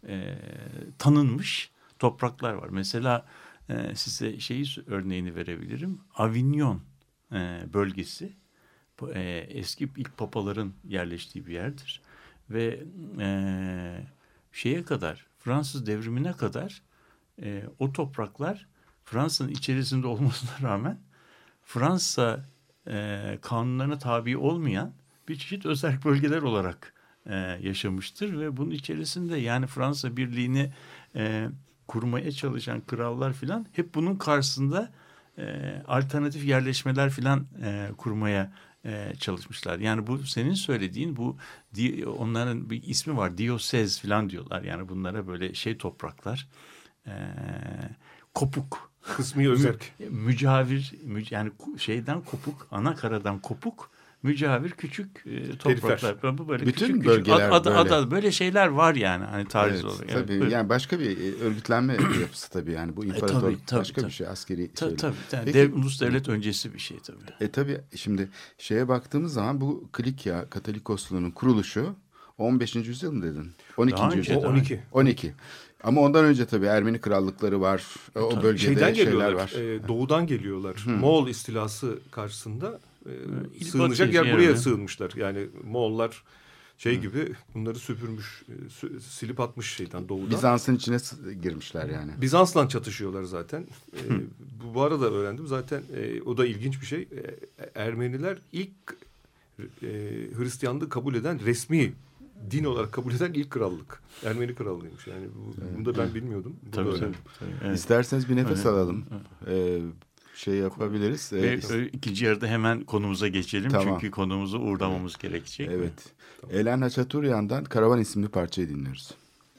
e, tanınmış topraklar var. Mesela e, size şeyi örneğini verebilirim. Avignon e, bölgesi e, eski ilk papaların yerleştiği bir yerdir. Ve e, şeye kadar, Fransız devrimine kadar e, o topraklar Fransa'nın içerisinde olmasına rağmen Fransa e, kanunlarına tabi olmayan bir çeşit özel bölgeler olarak e, yaşamıştır. Ve bunun içerisinde yani Fransa Birliği'ni e, kurmaya çalışan krallar filan hep bunun karşısında e, alternatif yerleşmeler filan e, kurmaya e, çalışmışlar. Yani bu senin söylediğin bu onların bir ismi var, diyosez filan diyorlar. Yani bunlara böyle şey topraklar, e, kopuk. Kısmi özerk. Mü, mücavir mü, yani şeyden kopuk, ana karadan kopuk, mücavir küçük e, topraklar. Bu böyle bütün küçük, bölgeler küçük, ad, böyle. Ad, ad, böyle şeyler var yani hani tarih Evet, olarak. tabii Evet, yani başka bir örgütlenme yapısı tabii yani bu imparatorluk tabii, tabii, başka tabii. bir şey askeri tabii, şey. tabii, tabii. Peki, Dev, ulus devlet öncesi bir şey tabii. E tabii şimdi şeye baktığımız zaman bu Kilikya Katolikosluğunun kuruluşu on beşinci yüzyıl mı dedin? on ikinci Daha önce, yüzyıl. O on iki. on iki. Ama ondan önce tabii Ermeni krallıkları var. O Tabii. bölgede Şeyden şeyler geliyorlar, var. e, doğudan geliyorlar. Moğol istilası karşısında e, İlk sığınacak batı yer buraya yani. sığınmışlar. Yani Moğollar şey gibi bunları süpürmüş, e, sü- silip atmış şeyden doğudan. Bizans'ın içine s- girmişler yani. Bizans'la çatışıyorlar zaten. E, bu, bu arada öğrendim zaten. E, o da ilginç bir şey. E, Ermeniler ilk e, Hristiyanlığı kabul eden resmi din olarak kabul eden ilk krallık. Ermeni krallığıymış. Yani bu, bunu da ben bilmiyordum. Bunu Tabii, da tabii, öğrendim. tabii, evet. İsterseniz bir nefes Evet. alalım. Ee, şey yapabiliriz. Ee, Ve is- e, ikinci yarıda hemen konumuza geçelim. Tamam. Çünkü konumuzu uğurlamamız gerekecek. evet. Elen Haçaturyan'dan Karavan isimli parçayı dinliyoruz.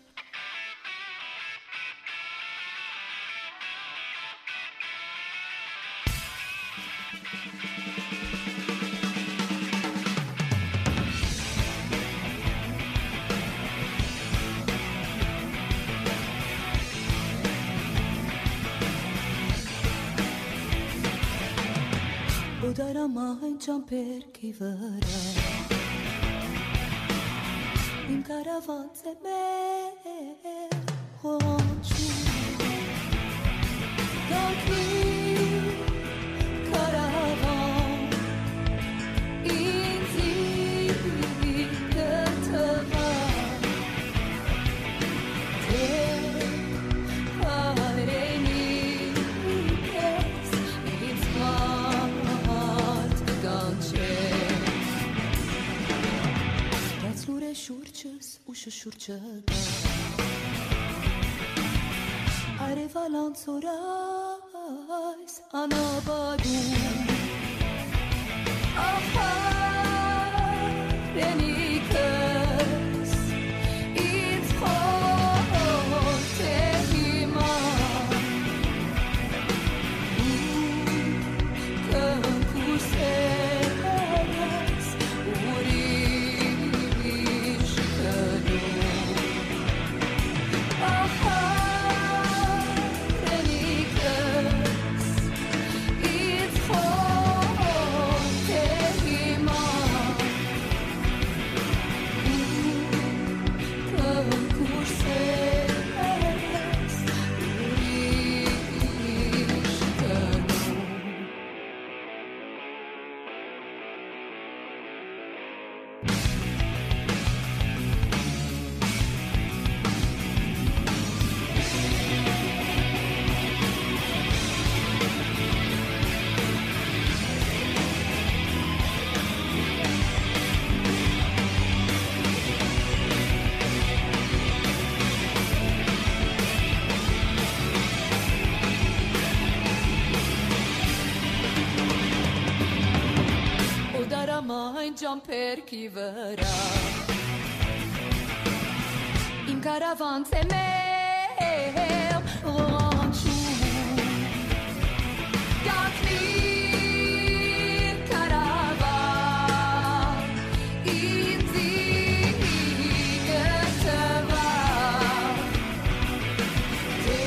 O darama jumper ki vara in caravan se me hochu Danki caravan inzi katava te hareni kes it's smart ganche Rațure șurces ușă șurcătă Are valanțorais anabadu Aha renicăs It's hot tehima Când cuseres uriș cădu Aha renicăs It's hot tehima Când cuseres uriș cădu O darama in jumper chi verrà In caravanze meu Lanciu Gaclir caravan Inzi gătăva Te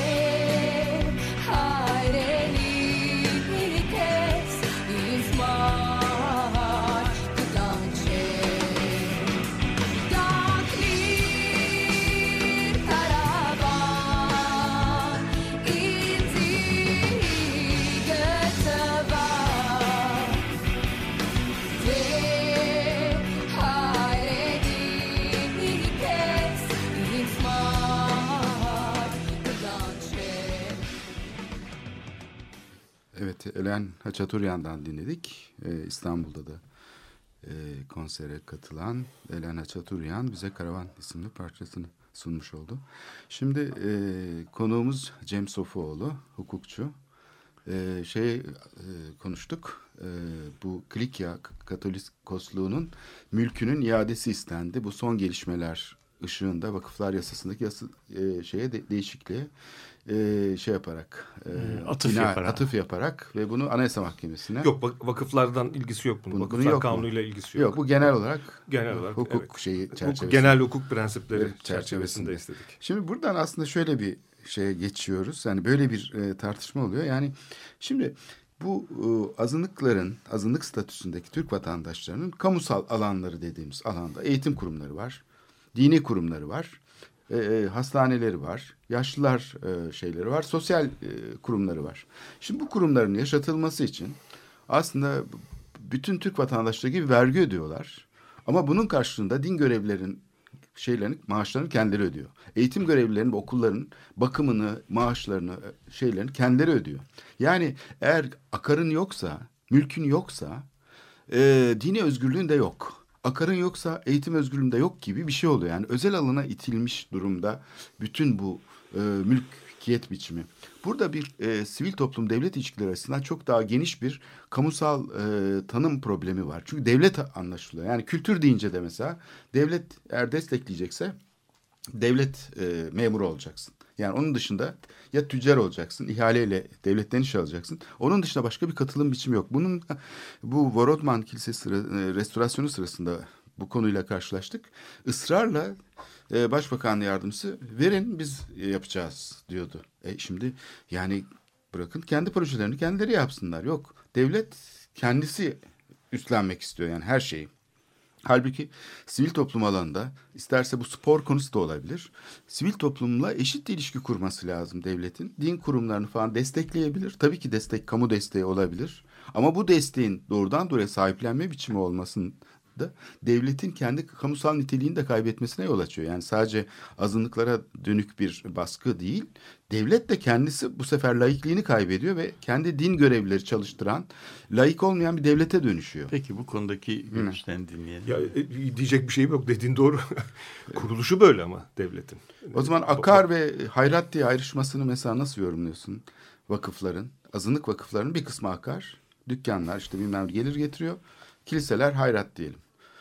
hairenites In smart ganche Gaclir caravan Evet, Elen Haçaturyan'dan dinledik. Ee, İstanbul'da da e, konsere katılan Elen Haçaturyan bize Karavan isimli parçasını sunmuş oldu. Şimdi e, konuğumuz Cem Sofuoğlu, hukukçu. E, şey e, konuştuk. E, bu Kilikya Katolikosluğu'nun mülkünün iadesi istendi. Bu son gelişmeler ışığında vakıflar yasasındaki yasa, e, şeye de, değişikliğe e, şey yaparak e, atıf bina, yaparak atıf yaparak ve bunu Anayasa Mahkemesi'ne Yok, vak- vakıflardan ilgisi yok bunun. Bunun- Vakıflar bunun yok kanunuyla mu? ilgisi yok. Yok, bu genel olarak Genel olarak, hukuk evet. şeyi Hukuk- çerçevesinde. genel hukuk prensipleri Evet, çerçevesinde çerçevesinde. istedik. Şimdi buradan aslında şöyle bir şeye geçiyoruz. Yani böyle bir e, tartışma oluyor. Yani şimdi bu e, azınlıkların, azınlık statüsündeki Türk vatandaşlarının kamusal alanları dediğimiz alanda eğitim kurumları var, dini kurumları var, e, e, hastaneleri var, yaşlılar e, şeyleri var, sosyal e, kurumları var. Şimdi bu kurumların yaşatılması için aslında bütün Türk vatandaşları gibi vergi ödüyorlar. Ama bunun karşılığında din görevlilerin şeylerini, maaşlarını kendileri ödüyor. Eğitim görevlilerinin, okulların bakımını, maaşlarını, şeylerini kendileri ödüyor. Yani eğer akarın yoksa, mülkün yoksa, e, dini özgürlüğün de yok. Akarın yoksa eğitim özgürlüğün de yok gibi bir şey oluyor. Yani özel alana itilmiş durumda bütün bu e, mülkiyet biçimi. Burada bir e, sivil toplum devlet ilişkileri açısından çok daha geniş bir kamusal e, tanım problemi var. Çünkü devlet anlaşılıyor. Yani kültür deyince de mesela devlet eğer destekleyecekse devlet e, memuru olacaksın. Yani onun dışında ya tüccar olacaksın, ihaleyle devletten iş alacaksın. Onun dışında başka bir katılım biçimi yok. Bunun bu Vorodman Kilisesi sıra, e, restorasyonu sırasında bu konuyla karşılaştık. Israrla e, Başbakan Yardımcısı verin biz yapacağız diyordu. E şimdi yani bırakın kendi projelerini kendileri yapsınlar. Yok, devlet kendisi üstlenmek istiyor yani her şeyi. Halbuki sivil toplum alanında isterse bu spor konusu da olabilir. Sivil toplumla eşit ilişki kurması lazım devletin. Din kurumlarını falan destekleyebilir. Tabii ki destek kamu desteği olabilir. Ama bu desteğin doğrudan doğruya sahiplenme biçimi olmasın da devletin kendi kamusal niteliğini de kaybetmesine yol açıyor. Yani sadece azınlıklara dönük bir baskı değil, devlet de kendisi bu sefer laikliğini kaybediyor ve kendi din görevlileri çalıştıran, laik olmayan bir devlete dönüşüyor. Peki bu konudaki görüşlerini dinleyelim. Ya e, diyecek bir şeyim yok, dediğin doğru. Kuruluşu böyle ama devletin. O zaman akar ve hayrat diye ayrışmasını mesela nasıl yorumluyorsun? Vakıfların, azınlık vakıflarının bir kısmı akar, dükkanlar işte bilmem gelir getiriyor, kiliseler hayrat diyelim.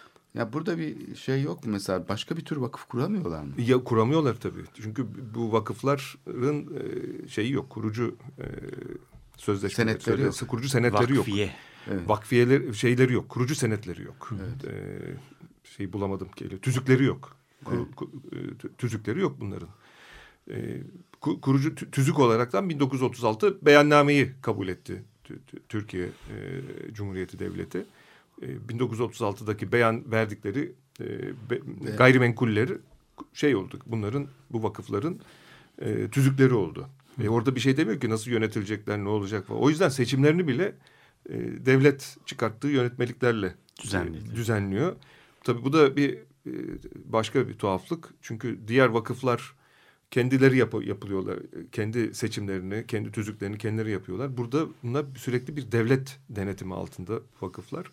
Ya burada bir şey yok mu mesela, başka bir tür vakıf kuramıyorlar mı? Ya kuramıyorlar tabii. Çünkü bu vakıfların e, şeyi yok. Kurucu e, sözleşmeleri, Senetleri yok. kurucu senetleri Vakfiye. yok. Evet. Vakfiyeler şeyleri yok. Kurucu senetleri yok. Evet. E, şey bulamadım ki. Tüzükleri yok. Kur, Evet. ku, e, tüzükleri yok bunların. E, kurucu tüzük olaraktan bin dokuz yüz otuz altı beyannameyi kabul etti Türkiye e, Cumhuriyeti Devleti. bin dokuz yüz otuz altıdaki beyan verdikleri e, be, gayrimenkulleri şey oldu. Bunların, bu vakıfların e, tüzükleri oldu. E, orada bir şey demiyor ki nasıl yönetilecekler, ne olacak falan. O yüzden seçimlerini bile e, devlet çıkarttığı yönetmeliklerle e, düzenliyor. Tabii bu da bir e, başka bir tuhaflık. Çünkü diğer vakıflar kendileri yap yapılıyorlar. Kendi seçimlerini, kendi tüzüklerini kendileri yapıyorlar. Burada bunlar sürekli bir devlet denetimi altında vakıflar.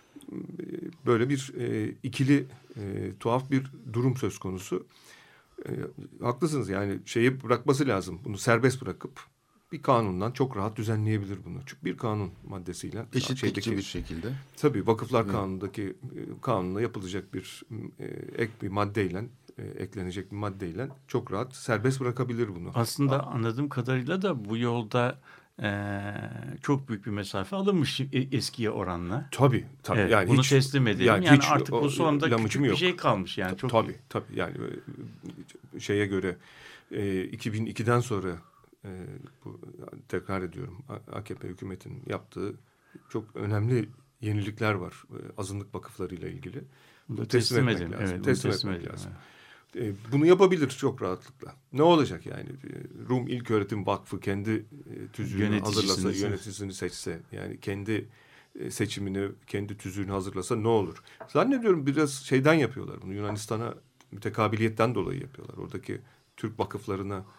Böyle bir e, ikili e, tuhaf bir durum söz konusu. E, haklısınız yani şeyi bırakması lazım. Bunu serbest bırakıp bir kanundan çok rahat düzenleyebilir bunu. Çünkü bir kanun maddesiyle. Eşitlikçi şeydeki, bir şekilde. Tabii vakıflar Evet. kanunundaki e, kanunla yapılacak bir e, ek bir maddeyle e, eklenecek bir maddeyle çok rahat serbest bırakabilir bunu. Aslında anladığım kadarıyla da bu yolda Ee, çok büyük bir mesafe alınmış eskiye oranla. Tabii tabii. Evet, yani bunu hiç, teslim edelim. Yani, Yani, hiç, artık o, bu sonunda küçük yok. bir şey kalmış yani. Çok tabii tabii yani şeye göre e, iki bin ikiden sonra e, bu, tekrar ediyorum A K P hükümetinin yaptığı çok önemli yenilikler var e, azınlık vakıflarıyla ilgili. Bunu teslim, teslim etmek edelim. lazım. Evet, teslim, teslim etmek edelim. lazım. Evet. E, bunu yapabilir çok rahatlıkla. Ne olacak yani? Rum İlköğretim Vakfı kendi e, tüzüğünü Yöneticisini hazırlasa, seç- yöneticisini seçse, yani kendi e, seçimini, kendi tüzüğünü hazırlasa ne olur? Zannediyorum biraz şeyden yapıyorlar bunu. Yunanistan'a mütekabiliyetten dolayı yapıyorlar. Oradaki Türk vakıflarına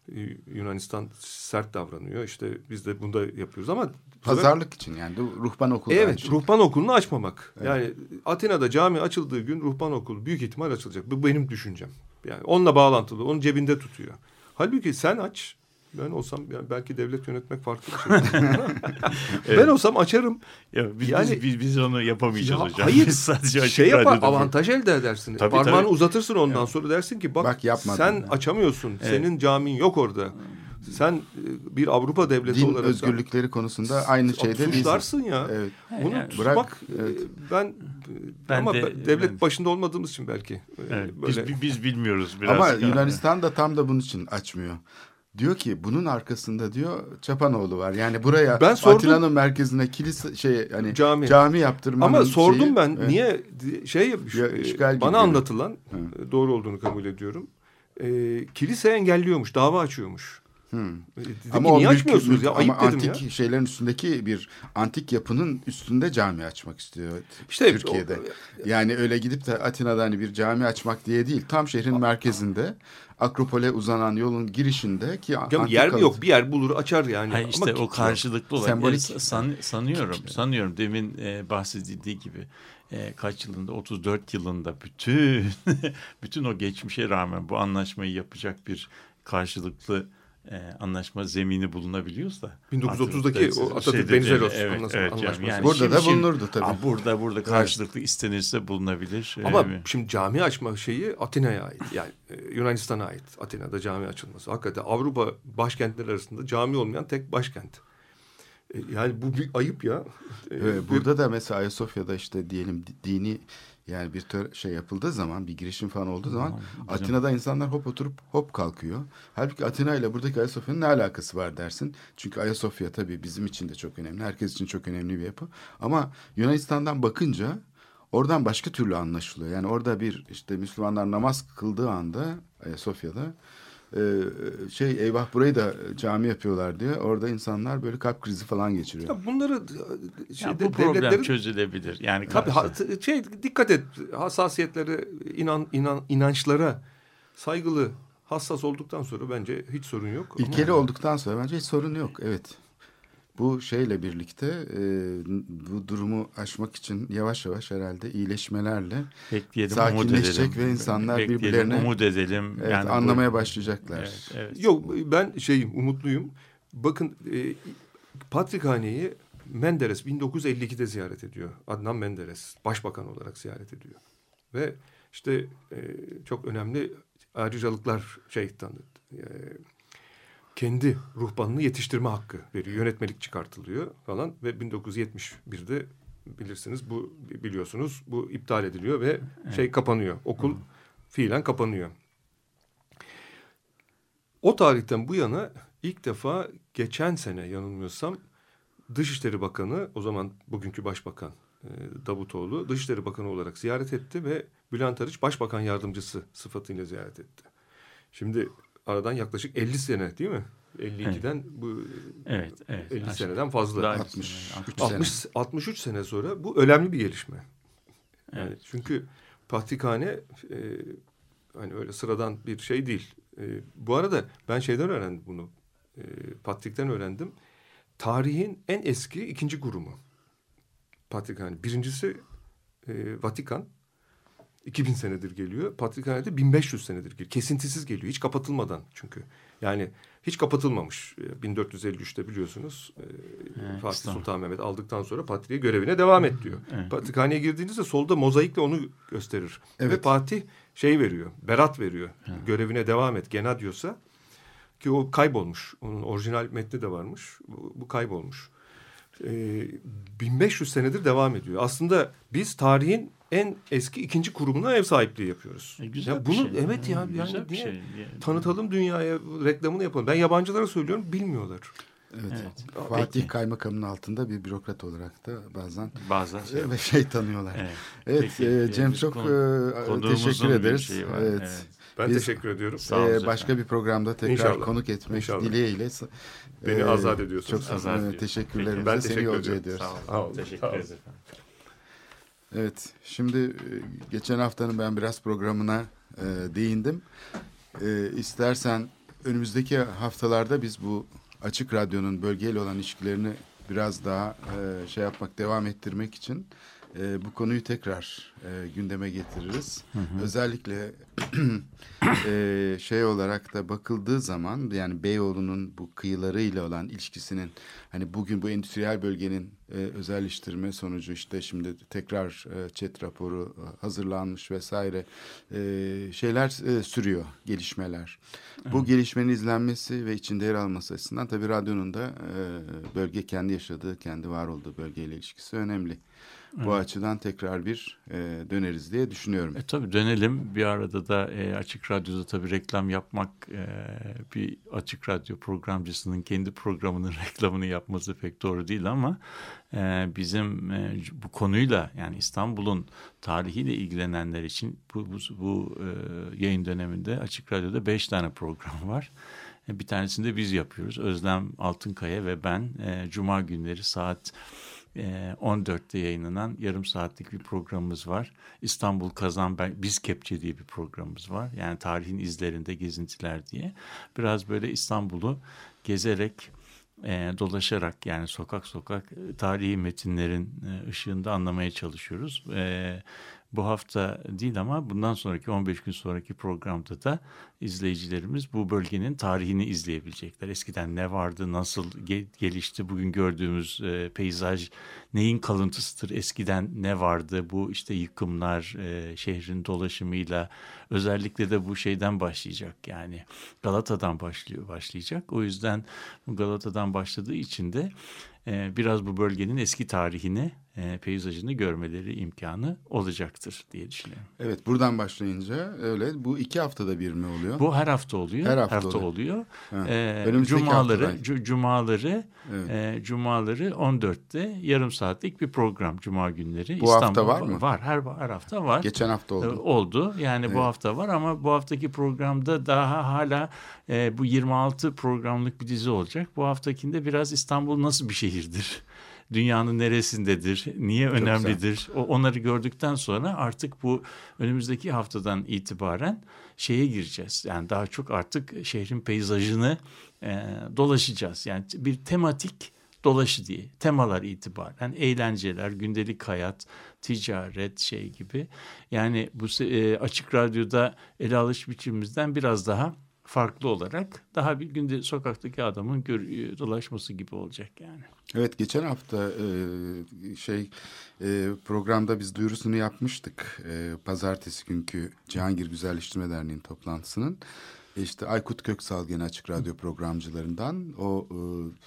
Yunanistan sert davranıyor. İşte biz de bunu da yapıyoruz ama pazarlık için yani ruhban okulu. Evet, ruhban okulunu açmamak. Evet. Yani Atina'da cami açıldığı gün ruhban okulu büyük ihtimal açılacak. Bu benim düşüncem. Yani onunla bağlantılı, onu cebinde tutuyor. Halbuki sen aç. Ben olsam yani belki devlet yönetmek farklı bir şey. Evet. Ben olsam açarım. Ya biz, Yani- biz, biz, biz onu yapamayacağız Ya hocam. hayır, Biz sadece açık Şey yapar, radyoda- avantaj elde edersin. Tabii, Parmağını tabii. uzatırsın ondan sonra dersin ki bak, Bak, yapmadın. sen açamıyorsun. Evet. Senin camin yok orada. Sen e, bir Avrupa devleti Din olarak özgürlükleri konusunda aynı şeyde değilsin. suçlarsın ya. Evet. Bunu Yani tutmak bırak, e, evet. ben, Ben ama de- ben- devlet ben- başında olmadığımız için belki. e, Evet, böyle. biz, biz bilmiyoruz biraz. Ama Yani. Yunanistan da tam da bunun için açmıyor. Diyor ki bunun arkasında diyor Çapanoğlu var. Yani buraya Ben sordum. Atina'nın merkezine kilise şey hani Cami. cami, yaptırmanın Ama sordum şeyi, ben evet. niye di- şey yapmış. Ya, e, işgal gibi bana geliyor. anlatılan e, doğru olduğunu kabul ediyorum. E, kilise engelliyormuş, dava açıyormuş. Hmm. E, dedim Ama ki o niye mülk- açmıyorsunuz mülk- ya? Ayıp ama dedim ya. antik şeylerin üstündeki bir antik yapının üstünde cami açmak istiyor İşte Türkiye'de. o- Yani öyle gidip de Atina'da hani bir cami açmak diye değil. Tam şehrin merkezinde Akropol'e uzanan yolun girişinde ki Ya antik yer mi kalıt- yok? Bir yer bulur açar yani. Hayır, işte Ama o karşılıklı olarak Sembolik. e, san- sanıyorum sanıyorum demin e, bahsedildiği gibi e, kaç yılında otuz dört yılında bütün bütün o geçmişe rağmen bu anlaşmayı yapacak bir karşılıklı e, anlaşma zemini bulunabiliyorsa bin dokuz yüz otuzdaki artık- o Atatürk şeyde- Venizelos evet, anlaşma- evet, yani- anlaşması. yani Burada şimdi- da şimdi- bulunurdu tabii. Aa, burada burada karşılıklı istenirse bulunabilir. Ama Ee, şimdi cami açma şeyi Atina'ya ait. Yani e, Yunanistan'a ait. Atina'da cami açılması. Hakikaten Avrupa başkentleri arasında cami olmayan tek başkent. E, yani bu bir ayıp ya. E, Evet, bir- burada da mesela Ayasofya'da işte diyelim di- dini yani bir tör şey yapıldığı zaman bir girişim falan olduğu zaman Bizim- Atina'da insanlar hop oturup hop kalkıyor. Halbuki Atina ile buradaki Ayasofya'nın ne alakası var dersin. Çünkü Ayasofya tabii bizim için de çok önemli. Herkes için çok önemli bir yapı. Ama Yunanistan'dan bakınca oradan başka türlü anlaşılıyor. Yani orada bir işte Müslümanlar namaz kıldığı anda Ayasofya'da e, şey eyvah burayı da cami yapıyorlar diye orada insanlar böyle kalp krizi falan geçiriyor. Ya bunları e, ya şeyde, bu problem devletlerin çözülebilir. Yani tabii karşı- ha- şey dikkat et hassasiyetlere, inan, inan inançlara saygılı, hassas olduktan sonra bence hiç sorun yok. Ama- İlkeli olduktan sonra bence hiç sorun yok. Evet. Bu şeyle birlikte e, bu durumu aşmak için yavaş yavaş herhalde iyileşmelerle bekleyelim, umut sakinleşecek edelim. ve insanlar Bekleyelim, birbirlerine umut edelim. evet, Yani bu- anlamaya başlayacaklar. Evet, evet. Yok ben şeyim umutluyum. Bakın e, Patrikhane'yi Menderes bin dokuz yüz elli ikide ziyaret ediyor. Adnan Menderes başbakan olarak ziyaret ediyor. Ve işte e, çok önemli ayrıcalıklar şeytan e, kendi ruhbanını yetiştirme hakkı veriyor. Yönetmelik çıkartılıyor falan ve bin dokuz yüz yetmiş birde bilirsiniz bu biliyorsunuz bu iptal ediliyor ve şey kapanıyor. Okul fiilen kapanıyor. O tarihten bu yana ilk defa geçen sene yanılmıyorsam Dışişleri Bakanı, o zaman bugünkü Başbakan e, Davutoğlu, Dışişleri Bakanı olarak ziyaret etti ve Bülent Arıç Başbakan Yardımcısı sıfatıyla ziyaret etti. Şimdi aradan yaklaşık elli sene değil mi? elli ikiden bu Evet, evet. elli Aşağı- seneden fazla. Daha- altmış üç altmış- altmış, altmış üç sene sonra bu önemli bir gelişme. Yani Evet. çünkü Patrikhane e, hani öyle sıradan bir şey değil. E, bu arada ben şeyden öğrendim bunu. E, Patrik'ten öğrendim. Tarihin en eski ikinci kurumu. Patrikhane. Birincisi e, Vatikan. iki bin senedir geliyor. Patrikhane'de bin beş yüz senedir geliyor. Kesintisiz geliyor. Hiç kapatılmadan çünkü. Yani hiç kapatılmamış. E, bin dört yüz elli üçte biliyorsunuz. E, Evet, Fatih tamam. Sultan Mehmet aldıktan sonra Patriğe görevine devam et diyor. Evet. Patrikhaneye girdiğinizde solda mozaikle onu gösterir. Evet. Ve Fatih şey veriyor. Berat veriyor. Görevine devam et. Genadios'a. Ki o kaybolmuş. Onun orijinal metni de varmış. Bu, bu kaybolmuş. Ee, bin beş yüz senedir devam ediyor. Aslında biz tarihin en eski ikinci kurumuna ev sahipliği yapıyoruz. E, güzel Ya bir bunu şey. evet ya Güzel yani bir niye şey. Yani- tanıtalım dünyaya, reklamını yapalım. Ben yabancılara söylüyorum, bilmiyorlar. Evet. Evet. Fatih Peki. Kaymakamın altında bir bürokrat olarak da bazen Bazen şey. ve şey tanıyorlar. Evet. Evet, Peki, e, Cem biz çok konu- e, konuğumuzun teşekkür bir ederiz. şeyi var. Evet. Evet. Ben Biz- teşekkür ediyorum. Sağ olun Ee, başka efendim. bir programda tekrar İnşallah. konuk etmek İnşallah. dileğiyle. Beni Ee, azat ediyorsunuz. Çok Azat e, ediyorum. teşekkürlerimizi Ben seni teşekkür yolcu ediyorum. ediyoruz. Sağ olun. Sağ olun. Teşekkür Sağ olun. ederiz efendim. Evet, şimdi e, geçen haftanın ben biraz programına e, değindim. E, istersen önümüzdeki haftalarda biz bu Açık Radyo'nun bölgeyle olan ilişkilerini biraz daha e, şey yapmak, devam ettirmek için e, bu konuyu tekrar e, gündeme getiririz. Hı hı. Özellikle e, şey olarak da bakıldığı zaman, yani Beyoğlu'nun bu kıyılarıyla olan ilişkisinin, hani bugün bu endüstriyel bölgenin e, özelleştirme sonucu işte şimdi tekrar e, ÇED raporu e, hazırlanmış vesaire e, şeyler e, sürüyor, gelişmeler. Evet. Bu gelişmenin izlenmesi ve içinde yer alması açısından tabii radyonun da e, bölge kendi yaşadığı, kendi var olduğu bölgeyle ilişkisi önemli. Evet. Bu açıdan tekrar bir e, döneriz diye düşünüyorum. E, tabii dönelim. Bir arada da e, Açık Radyo'da tabii reklam yapmak, e, bir Açık Radyo programcısının kendi programının reklamını yapması pek doğru değil ama e, bizim e, bu konuyla, yani İstanbul'un tarihiyle ilgilenenler için bu, bu, bu e, yayın döneminde Açık Radyo'da beş tane program var. E, bir tanesini de biz yapıyoruz. Özlem Altınkaya ve ben e, Cuma günleri saat on dörtte yayınlanan yarım saatlik bir programımız var. İstanbul Kazan Biz Kepçe diye bir programımız var. Yani tarihin izlerinde gezintiler diye. Biraz böyle İstanbul'u gezerek, e, dolaşarak, yani sokak sokak tarihi metinlerin e, ışığında anlamaya çalışıyoruz. E, bu hafta değil ama bundan sonraki on beş gün sonraki programda da izleyicilerimiz bu bölgenin tarihini izleyebilecekler. Eskiden ne vardı, nasıl ge- gelişti, bugün gördüğümüz e, peyzaj neyin kalıntısıdır, eskiden ne vardı, bu işte yıkımlar, e, şehrin dolaşımıyla, özellikle de bu şeyden başlayacak, yani Galata'dan başlıyor başlayacak. O yüzden bu Galata'dan başladığı için de e, biraz bu bölgenin eski tarihini, e, peyzajını görmeleri imkanı olacaktır diye düşünüyorum. Evet, buradan başlayınca öyle. Bu iki haftada bir mi oluyor? Bu her hafta oluyor. Her hafta, hafta oluyor. oluyor. Ee, cumaları, c- cumaları, evet. e, cumaları on dörtte yarım saatlik bir program. Cuma günleri. Bu İstanbul, hafta var mı? Var. Her her hafta var. Geçen hafta oldu. E, oldu. Yani evet. Bu hafta var ama bu haftaki programda daha hala e, bu yirmi altı programlık bir dizi olacak. Bu haftakinde biraz İstanbul nasıl bir şehirdir? Dünyanın neresindedir? Niye çok önemlidir? O, onları gördükten sonra artık bu önümüzdeki haftadan itibaren şeye gireceğiz. Yani daha çok artık şehrin peyzajını e, dolaşacağız. Yani bir tematik dolaşı diye. Temalar itibaren eğlenceler, gündelik hayat, ticaret şey gibi. Yani bu e, Açık Radyo'da ele alış biçimimizden biraz daha farklı olarak daha bir günde sokaktaki adamın gör, dolaşması gibi olacak yani. Evet, geçen hafta e, şey e, programda biz duyurusunu yapmıştık. E, Pazartesi günkü Cihangir Güzelleştirme Derneği'nin toplantısının. E işte Aykut Köksal gene Açık Radyo programcılarından o e,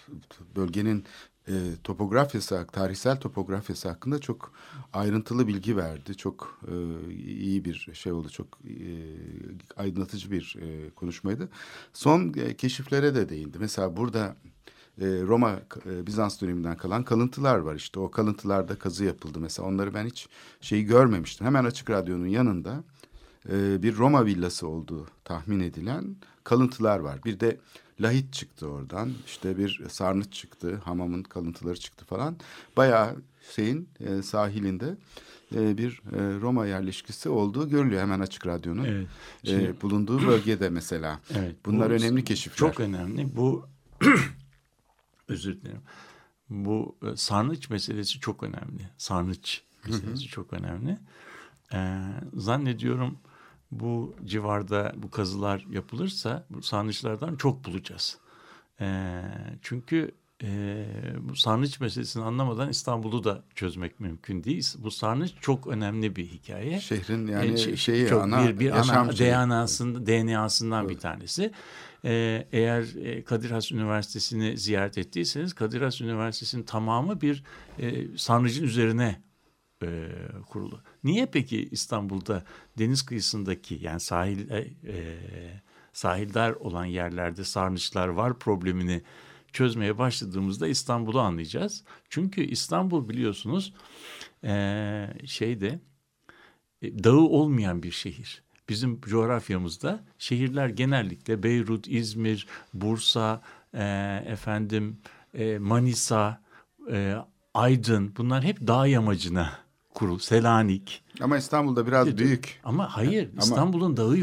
bölgenin e, topografyası, tarihsel topografyası hakkında çok ayrıntılı bilgi verdi. Çok e, iyi bir şey oldu, çok e, aydınlatıcı bir e, konuşmaydı. Son e, keşiflere de değindi. Mesela burada Roma, Bizans döneminden kalan kalıntılar var işte. O kalıntılarda kazı yapıldı mesela. Onları ben hiç şeyi görmemiştim. Hemen Açık Radyo'nun yanında bir Roma villası olduğu tahmin edilen kalıntılar var. Bir de lahit çıktı oradan. İşte bir sarnıç çıktı. Hamamın kalıntıları çıktı falan. Bayağı şeyin sahilinde bir Roma yerleşkesi olduğu görülüyor hemen Açık Radyo'nun evet, şimdi, bulunduğu bölgede mesela. Evet, bunlar bu, önemli keşifler. Çok önemli. Bu özür dilerim. Bu sarnıç meselesi çok önemli. Sarnıç meselesi çok önemli. Ee, zannediyorum bu civarda bu kazılar yapılırsa bu sarnıçlardan çok bulacağız. Ee, çünkü e, bu sarnıç meselesini anlamadan İstanbul'u da çözmek mümkün değil. Bu sarnıç çok önemli bir hikaye. Şehrin yani ee, şeyi çok, ana bir, bir yaşam ana D N A'sından, D N A'sından evet. bir tanesi. Ee, eğer Kadir Has Üniversitesi'ni ziyaret ettiyseniz Kadir Has Üniversitesi'nin tamamı bir e, sarnıcın üzerine e, kurulu. Niye peki İstanbul'da deniz kıyısındaki yani sahil e, sahildar olan yerlerde sarnıçlar var problemini çözmeye başladığımızda İstanbul'u anlayacağız. Çünkü İstanbul biliyorsunuz e, şeyde e, dağı olmayan bir şehir. Bizim coğrafyamızda şehirler genellikle Beyrut, İzmir, Bursa, e, efendim e, Manisa, e, Aydın bunlar hep dağ yamacına kurul. Selanik. Ama İstanbul'da biraz evet, büyük. Ama hayır ama, İstanbul'un dağı yok.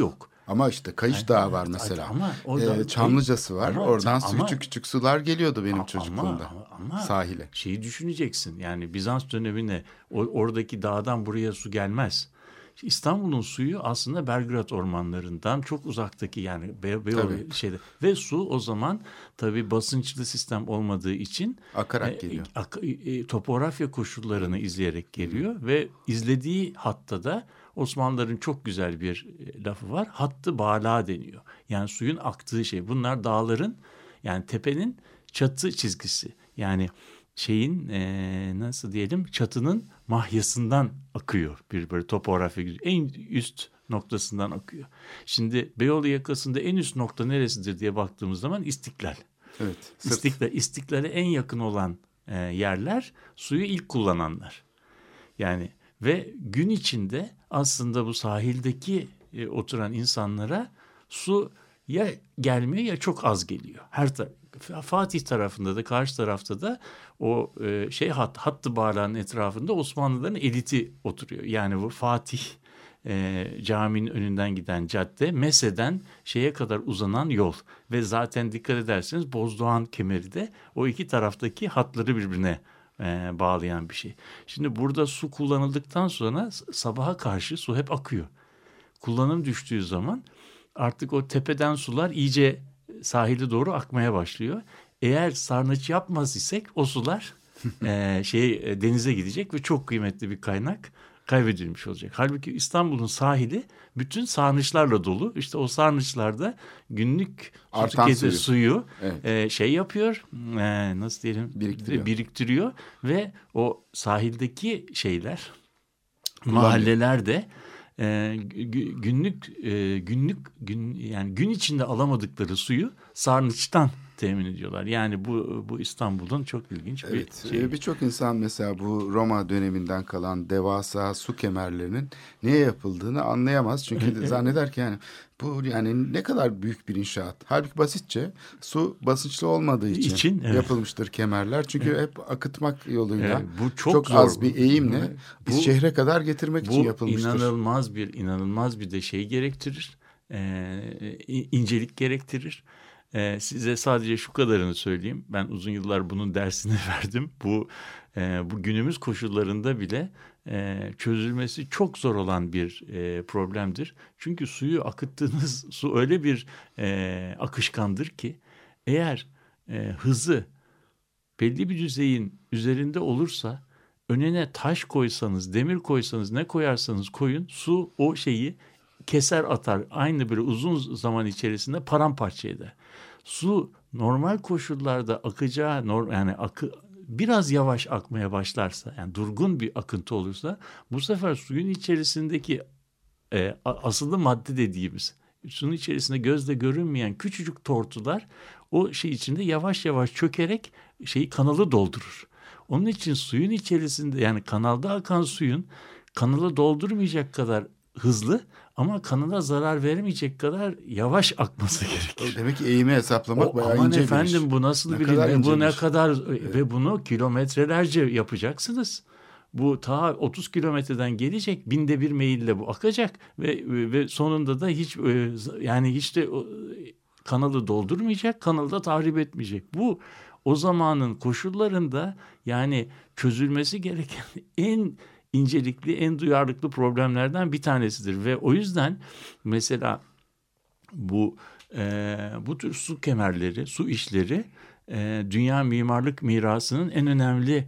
Ama işte Kayış Dağı var mesela. Ama o da, ee, Çamlıcası var. ama, Oradan ama, küçük küçük sular geliyordu benim ama, çocukluğumda. Ama, ama sahile. Şeyi düşüneceksin. Yani Bizans döneminde o, oradaki dağdan buraya su gelmez. İstanbul'un suyu aslında Belgrad ormanlarından çok uzaktaki yani Be Beyoğlu şeyde ve su o zaman tabii basınçlı sistem olmadığı için akarak e, geliyor. Ak e, topografya koşullarını izleyerek geliyor Hı. ve izlediği hatta da Osmanlıların çok güzel bir e, lafı var. Hattı bala deniyor. Yani suyun aktığı şey. Bunlar dağların yani tepenin çatı çizgisi. Yani şeyin e, nasıl diyelim çatının mahyasından akıyor bir böyle topografya en üst noktasından akıyor. Şimdi Beyoğlu yakasında en üst nokta neresidir diye baktığımız zaman İstiklal. Evet. İstiklal, İstiklal'e en yakın olan e, yerler suyu ilk kullananlar. Yani ve gün içinde aslında bu sahildeki e, oturan insanlara su ya gelmiyor ya çok az geliyor. Her taraf. Fatih tarafında da karşı tarafta da o e, şey hat, hattı bağlarının etrafında Osmanlıların eliti oturuyor. Yani bu Fatih e, caminin önünden giden cadde Mese'den şeye kadar uzanan yol ve zaten dikkat ederseniz Bozdoğan kemeri de o iki taraftaki hatları birbirine e, bağlayan bir şey. Şimdi burada su kullanıldıktan sonra sabaha karşı su hep akıyor. Kullanım düştüğü zaman artık o tepeden sular iyice sahile doğru akmaya başlıyor. Eğer sarnıç yapmaz isek o sular e, şey denize gidecek ve çok kıymetli bir kaynak kaybedilmiş olacak. Halbuki İstanbul'un sahili bütün sarnıçlarla dolu. İşte o sarnıçlarda günlük artan suyu, suyu evet. e, şey yapıyor, e, nasıl diyelim biriktiriyor. biriktiriyor ve o sahildeki şeyler, mahalleler de e, günlük e, günlük gün yani gün içinde alamadıkları suyu sarnıçtan temin ediyorlar. Yani bu bu İstanbul'un çok ilginç bir evet, şey. Birçok insan mesela bu Roma döneminden kalan devasa su kemerlerinin neye yapıldığını anlayamaz. Çünkü zanneder ki yani bu yani ne kadar büyük bir inşaat. Halbuki basitçe su basınçlı olmadığı için, için evet. yapılmıştır kemerler. Çünkü evet. hep akıtmak yoluyla evet, bu çok, çok zor. az bir eğimle bu, biz şehre kadar getirmek bu için yapılmıştır. Bu inanılmaz bir inanılmaz bir de şey gerektirir. Ee, incelik gerektirir. Ee, size sadece şu kadarını söyleyeyim. Ben uzun yıllar bunun dersini verdim. Bu e, bu günümüz koşullarında bile e, çözülmesi çok zor olan bir e, problemdir. Çünkü suyu akıttığınız su öyle bir e, akışkandır ki eğer e, hızı belli bir düzeyin üzerinde olursa önüne taş koysanız, demir koysanız, ne koyarsanız koyun su o şeyi keser atar. Aynı böyle uzun zaman içerisinde paramparça eder. Su normal koşullarda akacağı yani akı biraz yavaş akmaya başlarsa yani durgun bir akıntı olursa bu sefer suyun içerisindeki e, asılı madde dediğimiz suyun içerisinde gözle görünmeyen küçücük tortular o şey içinde yavaş yavaş çökerek şeyi kanalı doldurur. Onun için suyun içerisinde yani kanalda akan suyun kanalı doldurmayacak kadar hızlı ama kanala zarar vermeyecek kadar yavaş akması gerekir. Demek ki eğimi hesaplamak o, bayağı aman ince efendim, bir iş. bu nasıl ne bir kadar ilim, bu ne iş. kadar evet. Ve bunu kilometrelerce yapacaksınız. Bu ta otuz kilometreden gelecek, binde bir meyille bu akacak ve ve sonunda da hiç yani hiç de kanalı doldurmayacak, kanalı da tahrip etmeyecek. Bu o zamanın koşullarında yani çözülmesi gereken en incelikli, en duyarlılıklı problemlerden bir tanesidir ve o yüzden mesela bu e, bu tür su kemerleri, su işleri e, dünya mimarlık mirasının en önemli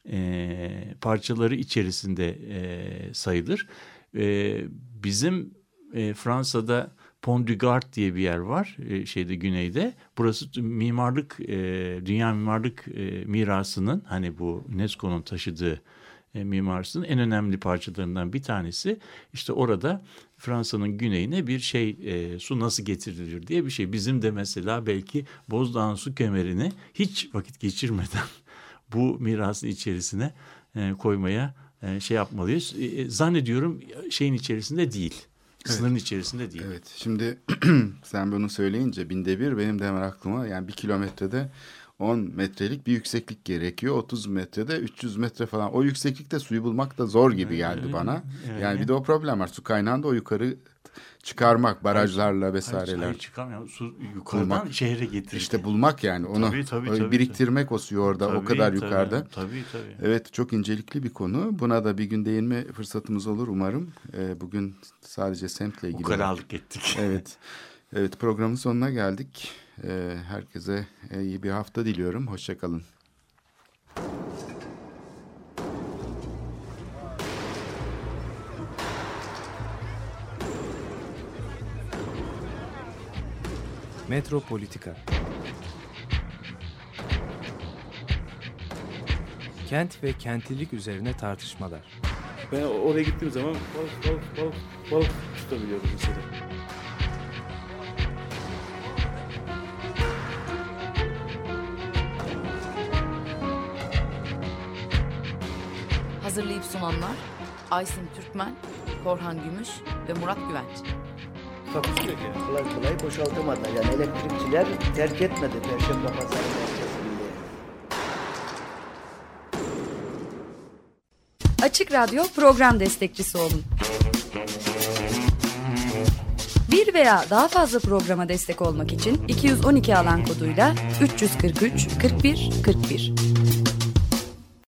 e, parçaları içerisinde e, sayılır. E, bizim e, Fransa'da Pont du Gard diye bir yer var e, şeyde güneyde. Burası mimarlık e, dünya mimarlık e, mirasının hani bu UNESCO'nun taşıdığı e, mimarsının en önemli parçalarından bir tanesi. İşte orada Fransa'nın güneyine bir şey e, su nasıl getirilir diye bir şey. Bizim de mesela belki Bozdağ'ın su kemerini hiç vakit geçirmeden bu mirasın içerisine e, koymaya e, şey yapmalıyız. E, zannediyorum şeyin içerisinde değil. Sınırın evet. içerisinde değil. Evet. Şimdi sen bunu söyleyince binde bir benim de hemen aklıma yani bir kilometrede on metrelik bir yükseklik gerekiyor. otuz metrede üç yüz metre falan. O yükseklikte suyu bulmak da zor gibi geldi bana. Evet. Yani bir de o problem var. Su kaynağında o yukarı çıkarmak barajlarla vesaireler. Hayır, çıkamıyor. Su yukarıdan Bulmak. şehre getiriyor. İşte bulmak yani onu Tabii, tabii, öyle tabii, biriktirmek o suyu orada Tabii, o kadar tabii, yukarıda. Tabii tabii. Evet, çok incelikli bir konu. Buna da bir gün değinme fırsatımız olur umarım. Ee, bugün sadece semtle ilgili. Ukalalık ettik. Evet. Evet, programın sonuna geldik. Ee, herkese iyi bir hafta diliyorum. Hoşça kalın. Metropolitika. Kent ve kentlilik üzerine tartışmalar. Ben oraya gittiğim zaman balık balık balık balık tutabiliyordum mesela. Hazırlayıp sunanlar Aysin Türkmen, Korhan Gümüş ve Murat Güvenç. Takusu yok yani. Kolay kolay boşaltamadılar. Yani elektrikçiler terk etmedi Perşembe Pazarı merkezini. Açık Radyo program destekçisi olun. Bir veya daha fazla programa destek olmak için iki yüz on iki alan koduyla üç yüz kırk üç kırk bir kırk bir.